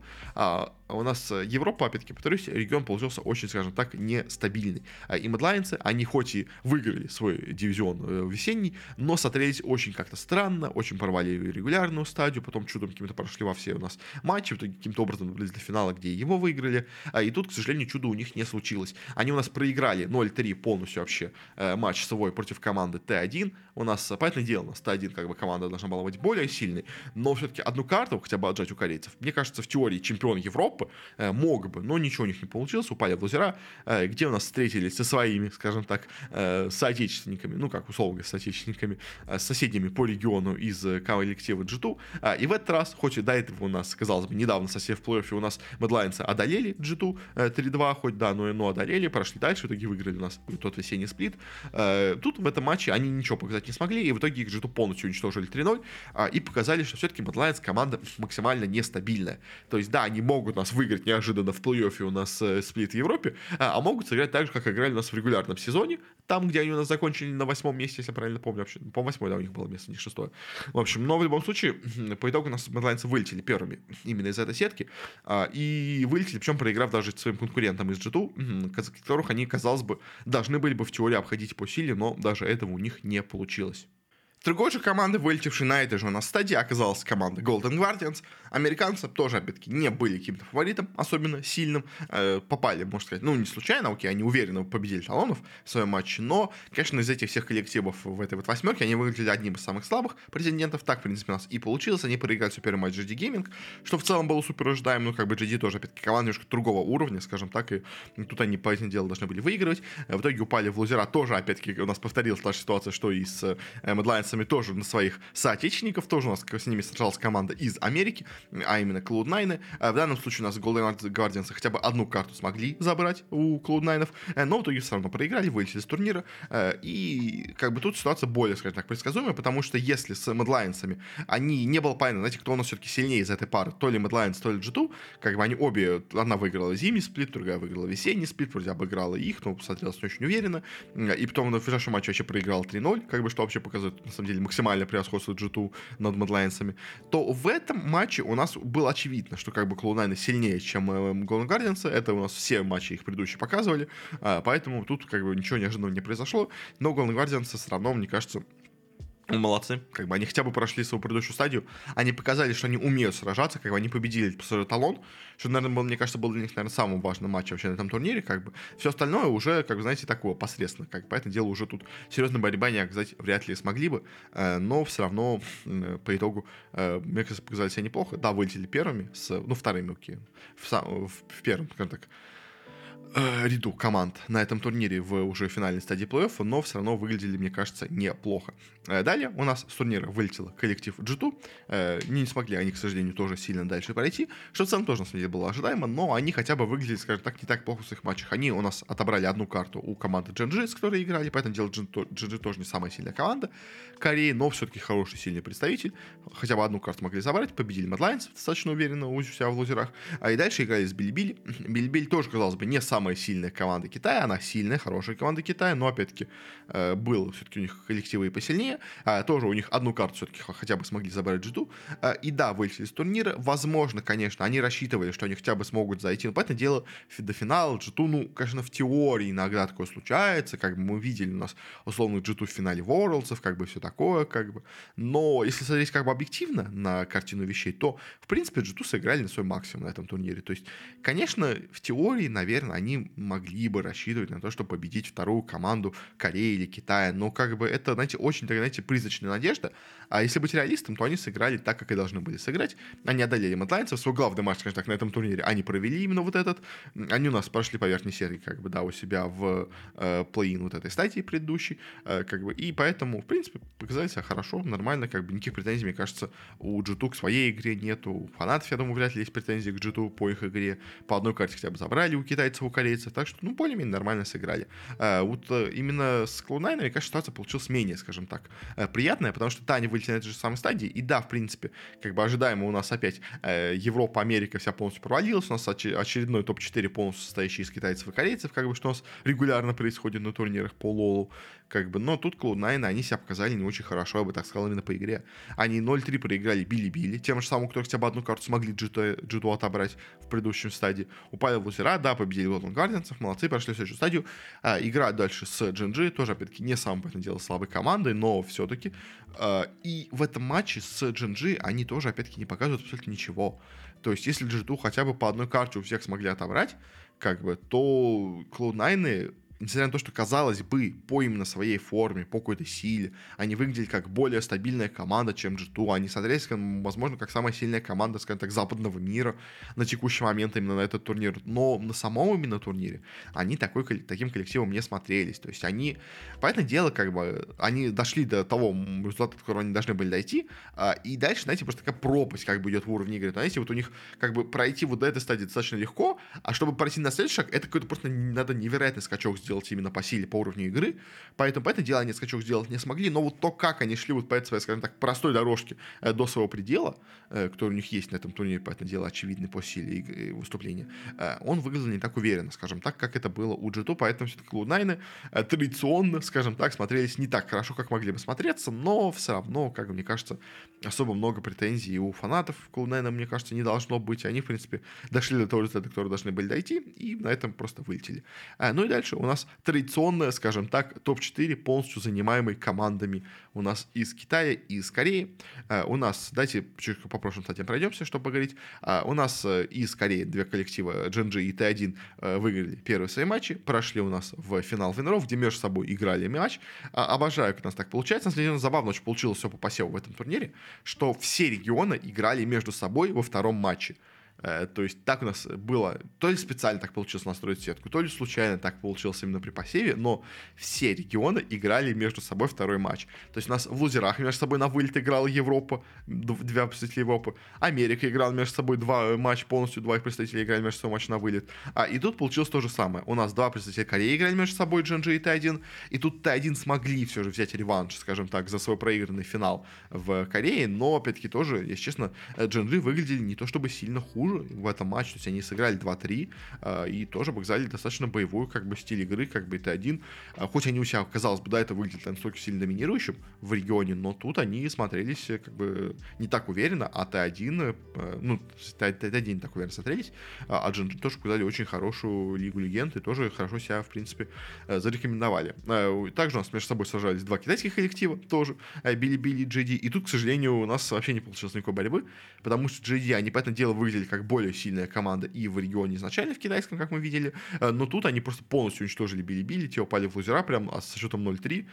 у нас Европа, опять-таки, повторюсь, регион получился очень, скажем так, нестабильный. И Mad Lions, они хоть и выиграли свой дивизион весенний, но смотрелись очень как-то странно, очень порвали регулярную стадию, потом чудом каким-то прошли во все у нас матчи, в итоге каким-то образом добрались до финала, где его выиграли, и тут, к сожалению, чудо у них не случилось. Они у нас проиграли 0-3 полностью вообще матч свой против команды Т1. У нас, понятное дело, у нас Т1 как бы команда должна была быть более сильной, но все-таки одну карту хотя бы отжать у корейцев, мне кажется, в теории чемпион Европы мог бы, но ничего у них не получилось, упали в лузера, где у нас встретились со своими, скажем так, соотечественниками, ну как условно говоря, соотечественниками, с соседними по региону из коллектива G2, и в этот раз, хоть и до этого у нас, казалось бы, недавно совсем в плей-оффе у нас Mad Lions одолели G2 3-2, хоть да, но одолели, прошли дальше, в итоге выиграли у нас тот весенний сплит. Тут в этом матче они ничего показать не смогли, и в итоге их G2 полностью уничтожили 3-0, и показали, что все-таки Mad Lions команда максимально нестабильная. То есть, да, они могут нас выиграть неожиданно в плей-оффе у нас сплит в Европе, а могут сыграть так же, как играли у нас в регулярном сезоне, там, где они у нас закончили на 8 месте, если я правильно помню, вообще, по 8, да, у них было место, не 6. В общем, но в любом случае, по итогу у нас Mad Lions вылетели первыми именно из этой сетки, и вылетели, причем проиграв даже своим конкурентам из G2, которых они, казалось бы, должны были бы в теории обходить по силе, но даже этого у них не получилось. Другой же командой, вылетевшей на этой же у нас стадии, оказалась команда Golden Guardians. Американцы тоже, опять-таки, не были каким-то фаворитом, особенно сильным. Попали, можно сказать, ну, не случайно, окей, они уверенно победили Талонов в своем матче, но, конечно, из этих всех коллективов в этой вот восьмерке они выглядели одним из самых слабых претендентов. Так, в принципе, у нас и получилось. Они проиграли супер матч GD Gaming, что в целом было супер ожидаемо, но как бы GD тоже, опять-таки, команда немножко другого уровня, скажем так, и тут они, по этому делу, должны были выигрывать. В итоге упали в лузера тоже, опять-таки, у нас повторилась та же ситуация, что и с Mad Lions тоже на своих соотечественников, тоже у нас с ними сражалась команда из Америки, а именно Cloud9. В данном случае у нас Golden Guardians хотя бы одну карту смогли забрать у Cloud9, но в итоге все равно проиграли, вылетели с турнира, и как бы тут ситуация более, скажем так, предсказуемая, потому что если с Mad Lions'ами они не было понятно, знаете, кто у нас все-таки сильнее из этой пары, то ли Mad Lions, то ли G2, как бы они обе, одна выиграла зимний сплит, другая выиграла весенний сплит, вроде обыграла их, но смотрелась не очень уверенно, и потом на ближайшем матче вообще проиграл 3-0, как бы что вообще показывает, на самом деле, максимальное превосходство G2 над Mad Lions'ами, то в этом матче у нас было очевидно, что как бы Cloud9 сильнее, чем Golden Guardians, это у нас все матчи их предыдущие показывали, поэтому тут как бы ничего неожиданного не произошло, но Golden Guardians все равно, мне кажется, молодцы, как бы они хотя бы прошли свою предыдущую стадию, они показали, что они умеют сражаться, как бы они победили свой талон, что, наверное, был, мне кажется, был для них, наверное, самым важным матчем вообще на этом турнире, как бы все остальное уже, как бы, знаете, такого посредственно, как бы, поэтому дело уже тут серьезной борьбы они оказать вряд ли смогли бы, но все равно по итогу, мне кажется, показали себя неплохо, да, вылетели первыми, вторыми, окей, в первом, скажем так, ряду команд на этом турнире в уже финальной стадии плей-оффа, но все равно выглядели, мне кажется, неплохо. Далее у нас с турнира вылетел коллектив G2. Не смогли они, к сожалению, тоже сильно дальше пройти, что в целом тоже, на самом деле, было ожидаемо, но они хотя бы выглядели, скажем так, не так плохо в своих матчах. Они у нас отобрали одну карту у команды GNG, с которой играли, поэтому дело GNG тоже не самая сильная команда Кореи, но все-таки хороший, сильный представитель. Хотя бы одну карту смогли забрать, победили Mad Lions достаточно уверенно у себя в лузерах. И дальше играли с Билибили. Билибили тоже, казалось бы, не самый самая сильная команда Китая, она сильная, хорошая команда Китая, но, опять-таки, был все-таки у них коллективы и посильнее, тоже у них одну карту все-таки хотя бы смогли забрать G2, и да, вылетели из турнира, возможно, конечно, они рассчитывали, что они хотя бы смогут зайти, но, понятное дело, до финала G2, ну, конечно, в теории иногда такое случается, как бы мы видели у нас, условно, G2 в финале Worlds, как бы все такое, как бы, но если смотреть как бы объективно на картину вещей, то, в принципе, G2 сыграли на свой максимум на этом турнире, то есть, конечно, в теории, наверное, они могли бы рассчитывать на то, чтобы победить вторую команду Кореи или Китая, но как бы это, знаете, очень, знаете, призрачная надежда, а если быть реалистом, то они сыграли так, как и должны были сыграть, они одолели мэдлайнцев, свой главный матч, скажем так, на этом турнире они провели именно вот этот, они у нас прошли по верхней серии, как бы, да, у себя в плей-ин вот этой стадии предыдущей, как бы, и поэтому, в принципе, показали себя хорошо, нормально, как бы, никаких претензий, мне кажется, у G2 к своей игре нету, у фанатов, я думаю, вряд ли есть претензии к G2 по их игре, по одной карте хотя бы забрали у китайцев, у корейцев, так что, ну, более-менее нормально сыграли. Вот именно с Cloud9, мне кажется, ситуация получилась менее, скажем так, приятная, потому что они вылетели на этой же самой стадии, и да, в принципе, как бы ожидаемо у нас опять Европа, Америка вся полностью провалилась, у нас очередной топ-4 полностью состоящий из китайцев и корейцев, как бы, что у нас регулярно происходит на турнирах по лолу, как бы, но тут Cloud9, они себя показали не очень хорошо, я бы так сказал, именно по игре. Они 0-3 проиграли Билибили, тем же самым, кто хотя бы одну карту смогли G2 отобрать в предыдущем стадии. Упали в лузера, да, победили Golden Guardians, молодцы, прошли в следующую стадию. Игра дальше с GNG, тоже, опять-таки, не самой, понятное дело, слабой командой, но все-таки. И в этом матче с GNG они тоже, опять-таки, не показывают абсолютно ничего. То есть, если G2 хотя бы по одной карте у всех смогли отобрать, как бы, то Cloud9, несмотря на то, что, казалось бы, по именно своей форме, по какой-то силе, они выглядели как более стабильная команда, чем G2. Они смотрелись, возможно, как самая сильная команда, скажем так, западного мира на текущий момент именно на этот турнир. Но на самом именно турнире они таким коллективом не смотрелись. То есть они, понятное дело, как бы, они дошли до того результата, до которого они должны были дойти, и дальше, знаете, просто такая пропасть как бы идет в уровне игры. Знаете, вот у них как бы пройти вот до этой стадии достаточно легко, а чтобы пройти на следующий шаг, это какой-то просто надо невероятный скачок сделать именно по силе, по уровню игры, поэтому, по этому делу они скачок сделать не смогли, но вот то, как они шли вот по этой своей, скажем так, простой дорожке до своего предела, который у них есть на этом турнире, по этому делу очевидный по силе выступления, он выглядел не так уверенно, скажем так, как это было у G2, поэтому все-таки Cloud9 традиционно, скажем так, смотрелись не так хорошо, как могли бы смотреться, но все равно, как мне кажется, особо много претензий у фанатов Cloud9, мне кажется, не должно быть, они, в принципе, дошли до того результата, до которого должны были дойти, и на этом просто вылетели. Ну и дальше у нас традиционная, скажем так, топ-4, полностью занимаемый командами у нас из Китая и из Кореи. У нас, давайте чуть по прошлым статьям пройдемся, чтобы поговорить. У нас из Кореи две коллектива, GNG и T1, выиграли первые свои матчи, прошли у нас в финал винеров, где между собой играли мяч. Обожаю, как у нас так получается. На самом деле, забавно очень получилось все по посеву в этом турнире, что все регионы играли между собой во втором матче. То есть так у нас было, то ли специально так получилось настроить сетку, то ли случайно так получилось именно при посеве, но все регионы играли между собой второй матч. То есть у нас в лузерах между собой на вылет играла Европа, два представителя Европы, Америка играла между собой два матча, полностью два их представителя играли между собой матч на вылет. И тут получилось то же самое. У нас два представителя Кореи играли между собой, GNG и T1, и тут T1 смогли все же взять реванш, скажем так, за свой проигранный финал в Корее, но, опять-таки, тоже, если честно, GNG выглядели не то чтобы сильно хуже в этом матче, то есть они сыграли 2-3 и тоже показали достаточно боевую как бы стиль игры, как бы Т1, хоть они у себя, казалось бы, да, это выглядит настолько сильно доминирующим в регионе, но тут они смотрелись как бы не так уверенно, а Т1, ну, Т1 так уверенно смотрелись, а GNG тоже показали очень хорошую Лигу Легенд и тоже хорошо себя, в принципе, зарекомендовали. Также у нас между собой сражались два китайских коллектива, тоже, Билибили и JD, и тут, к сожалению, у нас вообще не получилось никакой борьбы, потому что JD, они, понятное дело, выглядели как более сильная команда и в регионе изначально, в китайском, как мы видели, но тут они просто полностью уничтожили Билибили, те упали в лузера прям со счетом 0-3,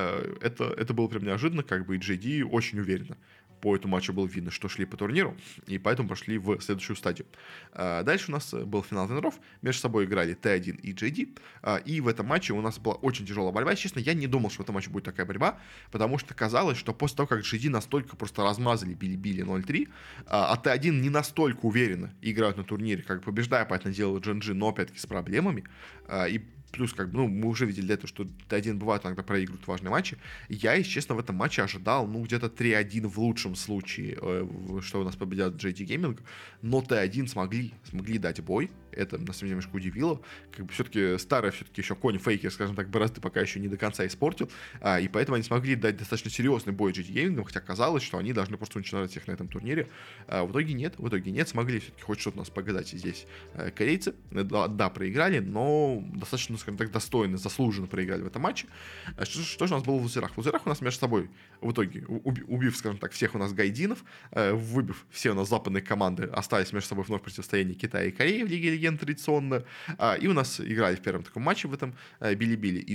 это было прям неожиданно, как бы и JD очень уверенно по этому матчу было видно, что шли по турниру, и поэтому пошли в следующую стадию. Дальше у нас был финал винеров, между собой играли T1 и JD, и в этом матче у нас была очень тяжелая борьба. Честно, я не думал, что в этом матче будет такая борьба, потому что казалось, что после того, как JD настолько просто размазали Билибили 0-3, а T1 не настолько уверенно играют на турнире, как побеждая, понятное дело, GNG, но опять-таки с проблемами, и плюс, как бы, ну, мы уже видели это, что Т1 бывает иногда проигрывают важные матчи. Я, если честно, в этом матче ожидал, ну, где-то 3-1 в лучшем случае, что у нас победят JD Gaming, но Т1 смогли дать бой, Это, на самом деле, немножко удивило. Как бы все-таки старый, все-таки еще конь Фейкер, скажем так, борозды пока еще не до конца испортил. И поэтому они смогли дать достаточно серьезный бой GT Gaming, хотя казалось, что они должны просто уничтожать всех на этом турнире. В итоге нет. Смогли все-таки хоть что-то нас показать здесь корейцы. Да, проиграли, но достаточно, скажем так, достойно, заслуженно проиграли в этом матче. Что же у нас было в лузерах? В лузерах у нас между собой, в итоге, убив, скажем так, всех у нас гайдинов, выбив все у нас западные команды, остались между собой вновь в противостоянии Китая и Кореи в Лиге Легенд традиционно. И у нас играли в первом таком матче в этом Билибили и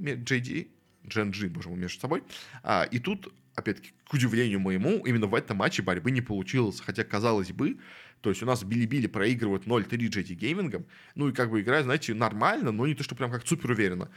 Дженджи, боже мой, между собой. И тут, опять-таки, к удивлению моему, именно в этом матче борьбы не получилось. Хотя, казалось бы, то есть у нас Билибили проигрывают 0-3 GT Gaming, ну и как бы играют, знаете, нормально, но не то, что прям как супер уверенно.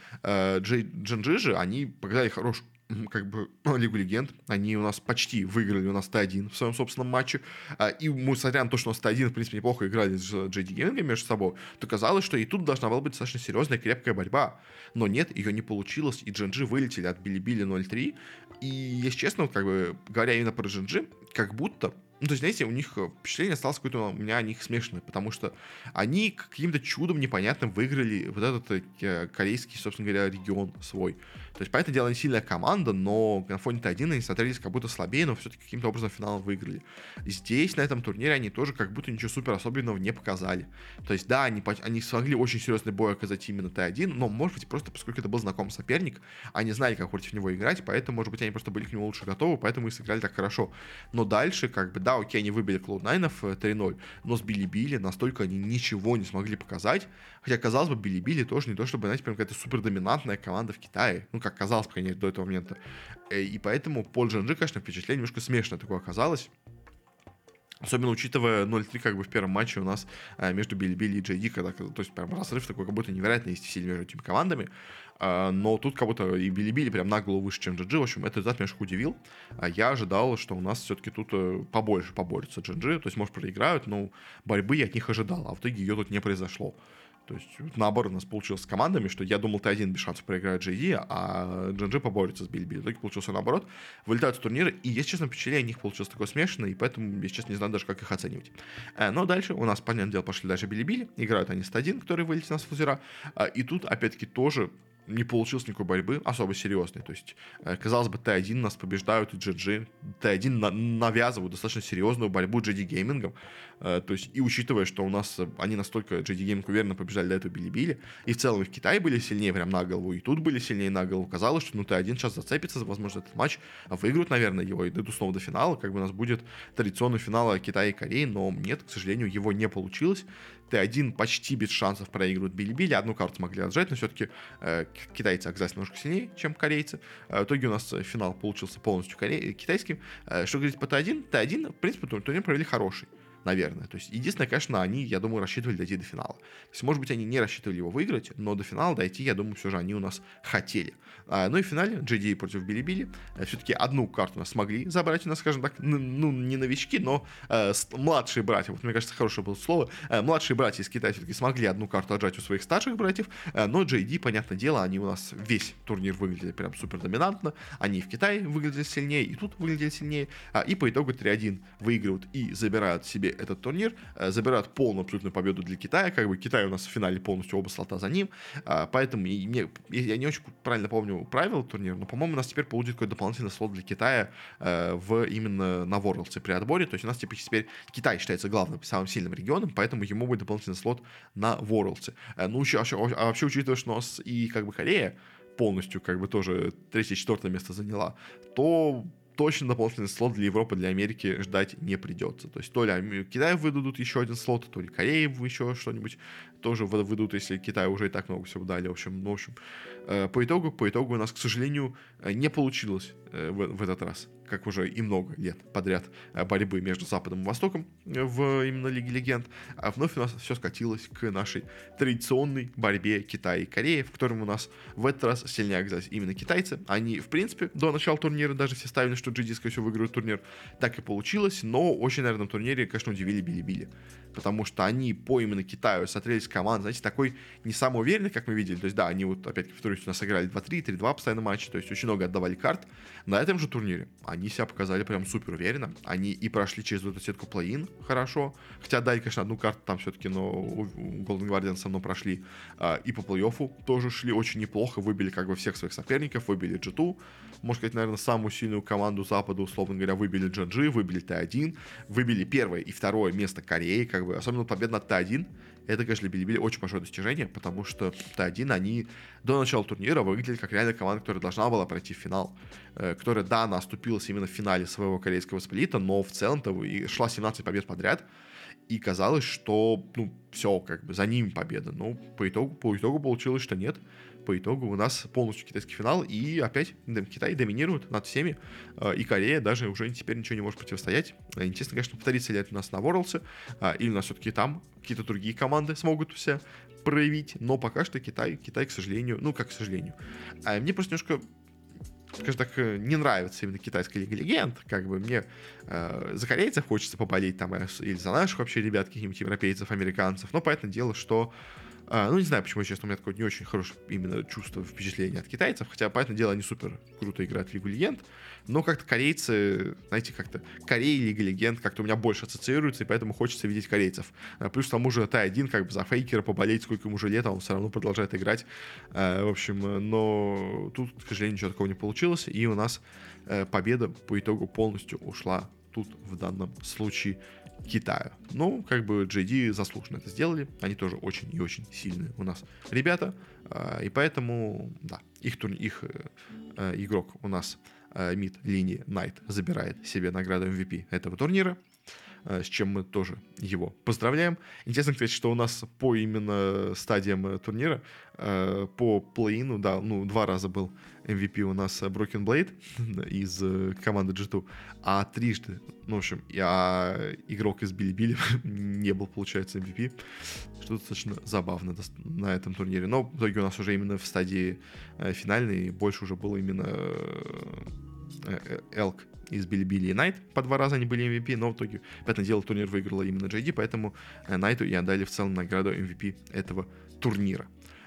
Дженджи же, они показали хорошую как бы Лигу Легенд, они у нас почти выиграли у нас Т1 в своем собственном матче, и мы, смотря на то, что у нас Т1, в принципе, неплохо играли с GT Gaming между собой, то казалось, что и тут должна была быть достаточно серьезная крепкая борьба, но нет, ее не получилось, и Дженджи вылетели от Билибили 0-3, и, если честно, как бы, говоря именно про Дженджи, как будто, ну, то есть, знаете, у них впечатление осталось какое-то у меня о них смешанное, потому что они каким-то чудом непонятным выиграли вот этот корейский, собственно говоря, регион свой. То есть, понятное дело, они сильная команда, но на фоне Т1 они смотрелись как будто слабее, но все-таки каким-то образом финал выиграли. И здесь, на этом турнире, они тоже как будто ничего супер особенного не показали. То есть, да, они смогли очень серьезный бой оказать именно Т1, но, может быть, просто поскольку это был знакомый соперник, они знали, как против него играть, поэтому, может быть, они просто были к нему лучше готовы, поэтому и сыграли так хорошо. Но дальше, как бы, да, окей, они выбили Cloud9 3-0, но с Билибили настолько они ничего не смогли показать, хотя, казалось бы, Билибили тоже не то, чтобы, знаете, прям какая-то супердоминантная команда в Китае, ну, как казалось, по крайней мере, до этого момента. И поэтому по Дженджи, конечно, впечатление немножко смешное такое оказалось. Особенно учитывая 0-3 как бы в первом матче у нас между Билибили и JD, когда, то есть прям разрыв такой, как будто невероятно есть сильный между этими командами. Но тут как будто и Билибили прям на голову выше, чем GG. В общем, этот результат меня немножко удивил. Я ожидал, что у нас все-таки тут побольше поборются GG. То есть, может, проиграют, но борьбы я от них ожидал. А в итоге ее тут не произошло. То есть, наоборот, у нас получилось с командами, что я думал, Т1 без шансов проиграет JD, а GG поборется с Билибили. В итоге получилось наоборот. Вылетают с турнира, и, если честно, впечатление от них получилось такое смешанное, и поэтому, если честно, не знаю даже, как их оценивать. Но дальше у нас, понятное дело, пошли дальше Билибили. Играют они с Т1, который вылетел у нас в лузера. И тут, опять-таки, тоже не получилось никакой борьбы особо серьезной. То есть, казалось бы, Т1 нас побеждают, и GG. Т1 навязывают достаточно серьезную борьбу GD Gaming. То есть, и учитывая, что у нас они настолько GD Gaming уверенно побеждали до этого Билибили, и в целом и в Китае были сильнее прям на голову, и тут были сильнее на голову. Казалось, что Т1 сейчас зацепится, возможно, этот матч выиграют, наверное, его и дойдут снова до финала. Как бы у нас будет традиционный финал Китая и Кореи, но нет, к сожалению, его не получилось. Т1 почти без шансов проигрывают Билибили. Одну карту смогли отжать, но все-таки китайцы оказались немножко сильнее, чем корейцы. В итоге у нас финал получился полностью китайским. Что говорить по Т1? Т1, в принципе, турнир провели хороший. Наверное. То есть, единственное, конечно, они, я думаю, рассчитывали дойти до финала. То есть, может быть, они не рассчитывали его выиграть, но до финала дойти, я думаю, все же они у нас хотели. Ну и в финале JD против Билибили. Все-таки одну карту у нас смогли забрать у нас, скажем так, ну, не новички, но младшие братья. Вот, мне кажется, хорошее было слово. Младшие братья из Китая все-таки смогли одну карту отжать у своих старших братьев, но JD, понятное дело, они у нас весь турнир выглядели прям супер доминантно. Они и в Китае выглядели сильнее, и тут выглядели сильнее. И по итогу 3-1 выигрывают и забирают себе этот турнир, забирают полную абсолютную победу для Китая, как бы Китай у нас в финале полностью оба слота за ним, поэтому я не очень правильно помню правила турнира, но, по-моему, у нас теперь будет какой-то дополнительный слот для Китая именно на Worlds при отборе, то есть у нас теперь Китай считается главным, самым сильным регионом, поэтому ему будет дополнительный слот на Worlds. Ну, вообще, учитывая, что у нас и как бы Корея полностью как бы тоже 3-4 место заняла, то точно дополнительный слот для Европы, для Америки ждать не придется. То есть то ли Китаю выдадут еще один слот, то ли Корее еще что-нибудь тоже выдадут, если Китай уже и так много всего дали. В общем, по итогу у нас, к сожалению, не получилось в этот раз, как уже и много лет подряд борьбы между Западом и Востоком в именно Лиге Легенд, а вновь у нас все скатилось к нашей традиционной борьбе Китая и Кореи, в котором у нас в этот раз сильнее оказались именно китайцы. Они, в принципе, до начала турнира даже все ставили, что GD, скорее всего, выиграют турнир. Так и получилось, но очень, наверное, на турнире, конечно, удивили Билибили, потому что они по именно Китаю смотрелись команд, знаете, такой не самый уверенный, как мы видели. То есть, да, они вот, опять-таки, повторюсь, у нас играли 2-3, 3-2 постоянно матчи, то есть очень много отдавали карт. На этом же турнире они они себя показали прям супер уверенно. Они и прошли через эту сетку плей-ин хорошо. Хотя дали, конечно, одну карту там все-таки, но у Golden Guardians со мной прошли. И по плей-оффу тоже шли очень неплохо. Выбили как бы всех своих соперников. Выбили G2. Можно сказать, наверное, самую сильную команду Запада, условно говоря, выбили GG, выбили Т1. Выбили первое и второе место Кореи. Как бы, особенно победа над Т1. Это, конечно, для Билибили очень большое достижение, потому что Т1, они до начала турнира выглядели как реально команда, которая должна была пройти в финал. Которая, да, она оступилась именно в финале своего корейского сплита, но в целом-то и шла 17 побед подряд. И казалось, что, ну, все, как бы, за ними победа. Но по итогу получилось, что нет. По итогу у нас полностью китайский финал, и опять Китай доминирует над всеми, и Корея даже уже теперь ничего не может противостоять. Интересно, конечно, повторится ли это у нас на Worlds, или у нас все-таки там какие-то другие команды смогут все проявить, но пока что Китай, к сожалению, ну, как к сожалению. Мне просто немножко, скажем так, не нравится именно китайская Лига Легенд. Как бы мне за корейцев хочется поболеть там, или за наших вообще ребят, каких-нибудь европейцев, американцев. Но понятное дело, что ну, не знаю, почему, честно, у меня такое не очень хорошее именно чувство, впечатление от китайцев, хотя, понятное дело, они супер круто играют в Лигу Легенд, но как-то корейцы, знаете, как-то Корея и Лига Легенд как-то у меня больше ассоциируются, и поэтому хочется видеть корейцев. Плюс к тому же Т1, как бы за Фейкера поболеть, сколько ему уже лет, а он все равно продолжает играть. В общем, но тут, к сожалению, ничего такого не получилось, и у нас победа по итогу полностью ушла тут в данном случае Китаю. Ну, как бы JD заслуженно это сделали. Они тоже очень и очень сильные у нас ребята. И поэтому, да, их игрок у нас мид-линии Найт забирает себе награду MVP этого турнира, с чем мы тоже его поздравляем. Интересно, кстати, что у нас по именно стадиям турнира, по плей-ину, да, ну, 2 раза был MVP у нас Broken Blade из команды G2, а трижды, ну, в общем, игрок из Билибили не был, получается, MVP, что достаточно забавно на этом турнире. Но в итоге у нас уже именно в стадии финальной больше уже было именно Элк из Билибили и Найт. По 2 раза они были MVP, но в итоге, понятное дело, турнир выиграла именно JD, поэтому Найту и отдали в целом награду MVP этого турнира.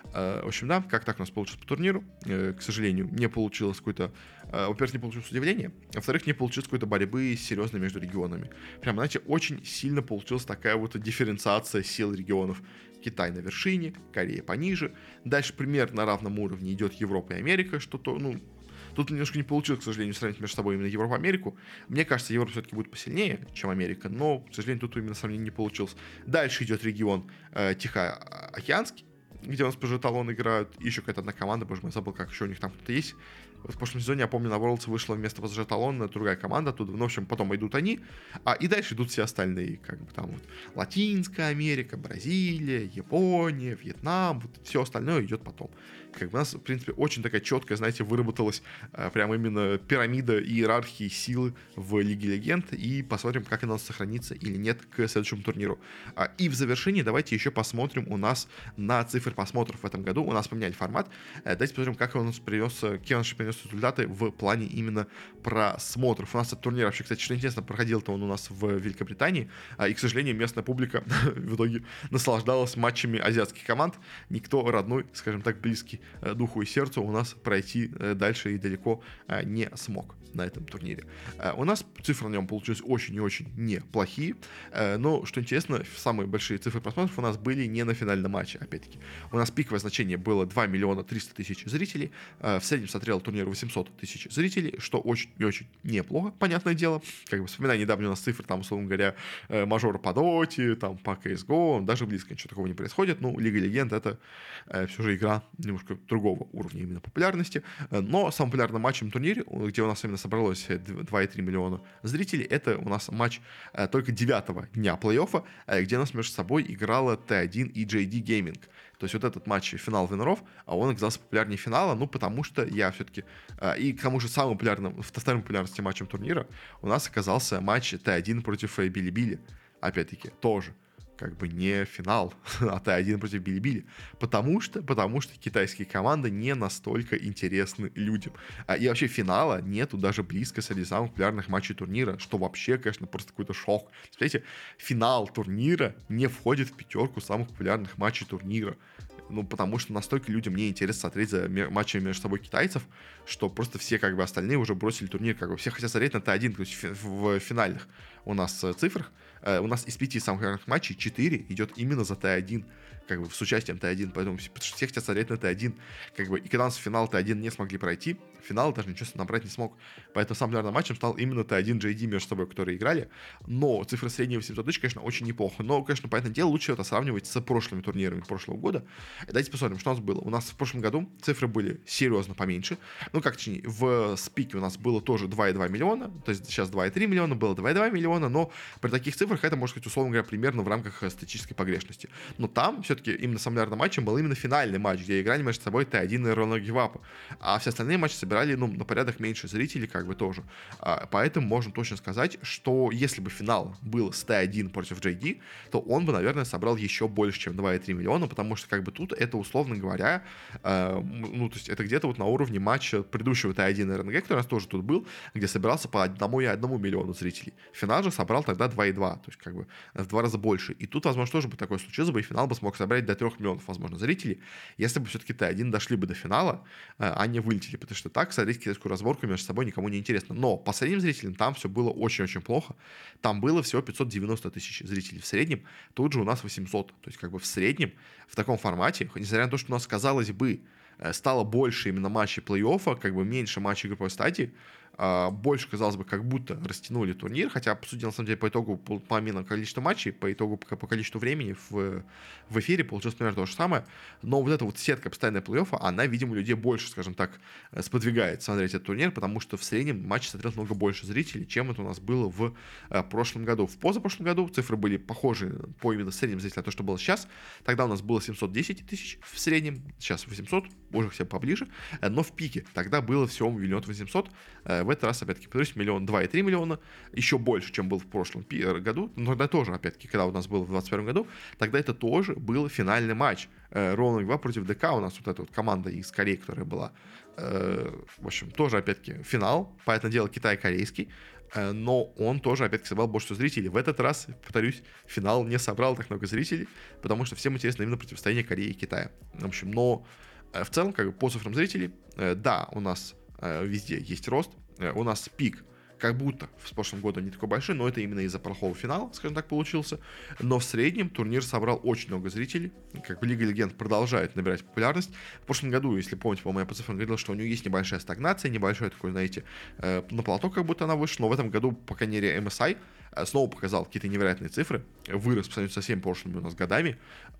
В общем, да, как так у нас получилось по турниру. К сожалению, не получилось какой-то... Во-первых, не получилось удивления, а во-вторых, не получилось какой-то борьбы серьезной между регионами. Прям, знаете, очень сильно получилась такая вот дифференциация сил регионов. Китай на вершине, Корея пониже. Дальше примерно на равном уровне идет Европа и Америка, что-то, ну... Тут немножко не получилось, к сожалению, сравнить между собой именно Европу и Америку. Мне кажется, Европа все-таки будет посильнее, чем Америка, но, к сожалению, тут именно сравнение не получилось. Дальше идет регион Тихоокеанский, где у нас по талон играют. И еще какая-то одна команда, боже мой, забыл, как еще у них там кто-то есть. В прошлом сезоне, я помню, на Worlds вышла вместо ПСЖ Талона другая команда оттуда. Ну, в общем, потом идут они, и дальше идут все остальные, как бы там вот Латинская Америка, Бразилия, Япония, Вьетнам, вот все остальное идет потом. Как бы у нас, в принципе, очень такая четкая, знаете, выработалась прям именно пирамида иерархии силы в Лиге Легенд, и посмотрим, как она сохранится или нет к следующему турниру. И в завершении давайте еще посмотрим у нас на цифры просмотров в этом году. У нас поменяли формат. Давайте посмотрим, какие он принес результаты в плане именно просмотров. У нас этот турнир вообще, кстати, что интересно, проходил-то он у нас в Великобритании, и, к сожалению, местная публика в итоге наслаждалась матчами азиатских команд. Никто родной, скажем так, близкий духу и сердцу у нас пройти дальше и далеко не смог на этом турнире. У нас цифры на нем получились очень и очень неплохие, но, что интересно, самые большие цифры просмотров у нас были не на финальном матче, опять-таки. У нас пиковое значение было 2 миллиона 300 тысяч зрителей, в среднем смотрел турнир 800 тысяч зрителей, что очень и очень неплохо, понятное дело. Как бы вспоминая недавно у нас цифры, там, условно говоря, мажор по Доте, там, по CSGO, даже близко ничего такого не происходит. Ну, Лига Легенд — это все же игра немножко другого уровня именно популярности, но самым популярным матчем в турнире, где у нас именно собралось 2,3 миллиона зрителей, это у нас матч только 9-го дня плей-оффа, где у нас между собой играла Т1 и JD Gaming. То есть вот этот матч финал Виноров, он оказался популярнее финала, ну, потому что я все-таки... И к тому же самым популярным, вторым популярностью матчем турнира у нас оказался матч Т1 против Билибили. Опять-таки, тоже как бы не финал, а Т1 против Билибили. Потому что китайские команды не настолько интересны людям. И вообще финала нету даже близко среди самых популярных матчей турнира, что вообще, конечно, просто какой-то шок. Смотрите, финал турнира не входит в 5 самых популярных матчей турнира. Ну, потому что настолько людям не интересно смотреть за матчами между собой китайцев, что просто все как бы остальные уже бросили турнир, как бы все хотят смотреть на Т1, то есть в финальных у нас цифрах. У нас из 5 самых главных матчей 4 идет именно за Т1, как бы с участием Т1, поэтому все хотят смотреть на Т1, как бы, и когда у нас финал Т1 не смогли пройти, финал даже ничего набрать не смог, поэтому самым главным матчем стал именно Т1 JD между собой, которые играли, но цифра средней 800 тысяч, конечно, очень неплохо, но, конечно, понятное дело, лучше это сравнивать с прошлыми турнирами прошлого года. Давайте посмотрим, что у нас было. У нас в прошлом году цифры были серьезно поменьше, ну, как точнее, в спике у нас было тоже 2,2 миллиона, то есть сейчас 2,3 миллиона, было 2,2 миллиона, но при таких цифрах это, можно сказать, условно говоря, примерно в рамках статистической погрешности. Но там все-таки именно самым главным матчем был именно финальный матч, где играли между собой Т1 и Ronald Give, а все остальные матчи собирали, ну, на порядок меньше зрителей, как бы тоже. Поэтому можем точно сказать, что если бы финал был с Т1 против JD, то он бы, наверное, собрал еще больше, чем 2,3 миллиона, потому что, как бы, тут это, условно говоря, ну, то есть это где-то вот на уровне матча предыдущего Т1 РНГ, который у нас тоже тут был, где собирался по 1,1 миллиону зрителей. Финал же собрал тогда 2,2, то есть, как бы, в 2 раза больше. И тут, возможно, тоже бы такое случилось бы, и финал бы смог собрать до 3 миллионов, возможно, зрителей, если бы все-таки Т1 дошли бы до финала, а не вылетели, потому что так смотреть китайскую разборку между собой никому не интересно. Но по средним зрителям там все было очень-очень плохо. Там было всего 590 тысяч зрителей в среднем, тут же у нас 800. То есть, как бы, в среднем, в таком формате, несмотря на то, что у нас, казалось бы, стало больше именно матчей плей-оффа, как бы меньше матчей групповой стадии, больше, казалось бы, как будто растянули турнир, хотя, по сути, на самом деле, по итогу, помимо количества матчей, по итогу, по количеству времени в эфире получилось примерно то же самое, но вот эта вот сетка постоянная плей-оффа, она, видимо, людей больше, скажем так, сподвигает смотреть этот турнир, потому что в среднем матч смотрел много больше зрителей, чем это у нас было в прошлом году. В позапрошлом году цифры были похожи по именно средним зрителям на то, что было сейчас. Тогда у нас было 710 тысяч в среднем, сейчас 800, уже все поближе, но в пике тогда было всего 1 800 000. В этот раз, опять-таки, повторюсь, 2,3 миллиона, еще больше, чем был в прошлом году, но тогда тоже, опять-таки, когда у нас было в 2021 году, тогда это тоже был финальный матч. Ronald Give против ДК, у нас вот эта вот команда из Кореи, которая была, в общем, тоже, опять-таки, финал, понятное дело, Китай-корейский, но он тоже, опять-таки, собрал больше зрителей. В этот раз, повторюсь, финал не собрал так много зрителей, потому что всем интересно именно противостояние Кореи и Китая. В общем, но в целом, как бы, по цифрам зрителей, да, у нас везде есть рост, у нас пик, как будто в прошлом году не такой большой, но это именно из-за плохого финала, скажем так, получился. Но в среднем турнир собрал очень много зрителей. Как бы Лига Легенд продолжает набирать популярность. В прошлом году, если помните, по-моему, я по цифрам говорил, что у нее есть небольшая стагнация, небольшой такой, знаете, на плато как будто она вышла. Но в этом году, по крайней мере, MSI снова показал какие-то невероятные цифры, вырос по сравнению со всеми прошлыми у нас годами,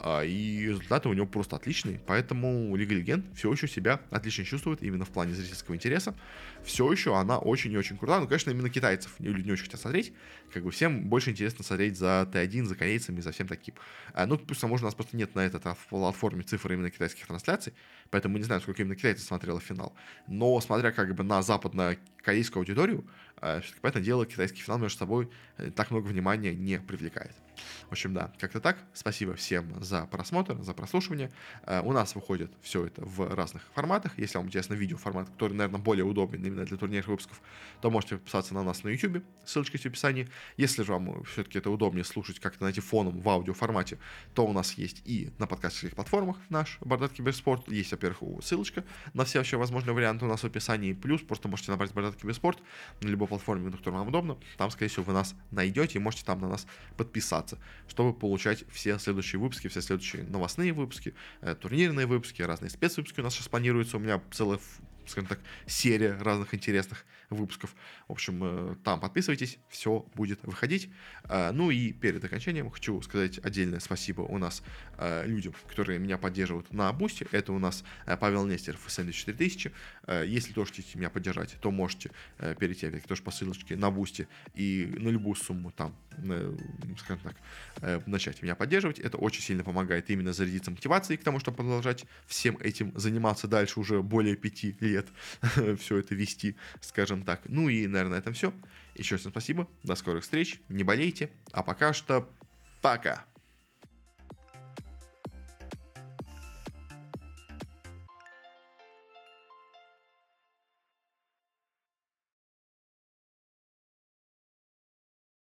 и результаты у него просто отличные, поэтому Лига Легенд все еще себя отлично чувствует именно в плане зрительского интереса, все еще она очень и очень крутая, но, конечно, именно китайцев люди не очень хотят смотреть, как бы всем больше интересно смотреть за Т1, за корейцами, за всем таким. Ну, пусть, возможно, у нас просто нет на этой платформе цифр именно китайских трансляций, поэтому мы не знаем, сколько именно китайцев смотрело финал, но смотря как бы на западно-корейскую аудиторию, все-таки, понятное дело, китайский финал между собой так много внимания не привлекает. В общем, да, как-то так. Спасибо всем за просмотр, за прослушивание. У нас выходит все это в разных форматах. Если вам интересно видеоформат, который, наверное, более удобен именно для турнирных выпусков, то можете подписаться на нас на YouTube. Ссылочка есть в описании. Если же вам все-таки это удобнее слушать как-то, найти фоном в аудиоформате, то у нас есть и на подкастовых платформах наш Бардат Киберспорт. Есть, во-первых, ссылочка на все вообще возможные варианты у нас в описании. Плюс просто можете набрать Бардат Киберспорт на любой платформе, на которой вам удобно. Там, скорее всего, вы нас найдете и можете там на нас подписаться, чтобы получать все следующие выпуски, все следующие новостные выпуски, турнирные выпуски, разные спецвыпуски у нас сейчас планируются. У меня целая, скажем так, серия разных интересных выпусков. В общем, там подписывайтесь, все будет выходить. Ну и перед окончанием хочу сказать отдельное спасибо у нас людям, которые меня поддерживают на Бусти. Это у нас Павел Нестеров и Сэндвич 4000. Если тоже хотите меня поддержать, то можете перейти опять тоже по ссылочке на Бусти и на любую сумму там, скажем так, начать меня поддерживать. Это очень сильно помогает именно зарядиться мотивацией к тому, чтобы продолжать всем этим заниматься дальше уже более 5 лет, все это вести, скажем так. Ну и, наверное, на этом все. Еще раз всем спасибо, до скорых встреч, не болейте, а пока что пока.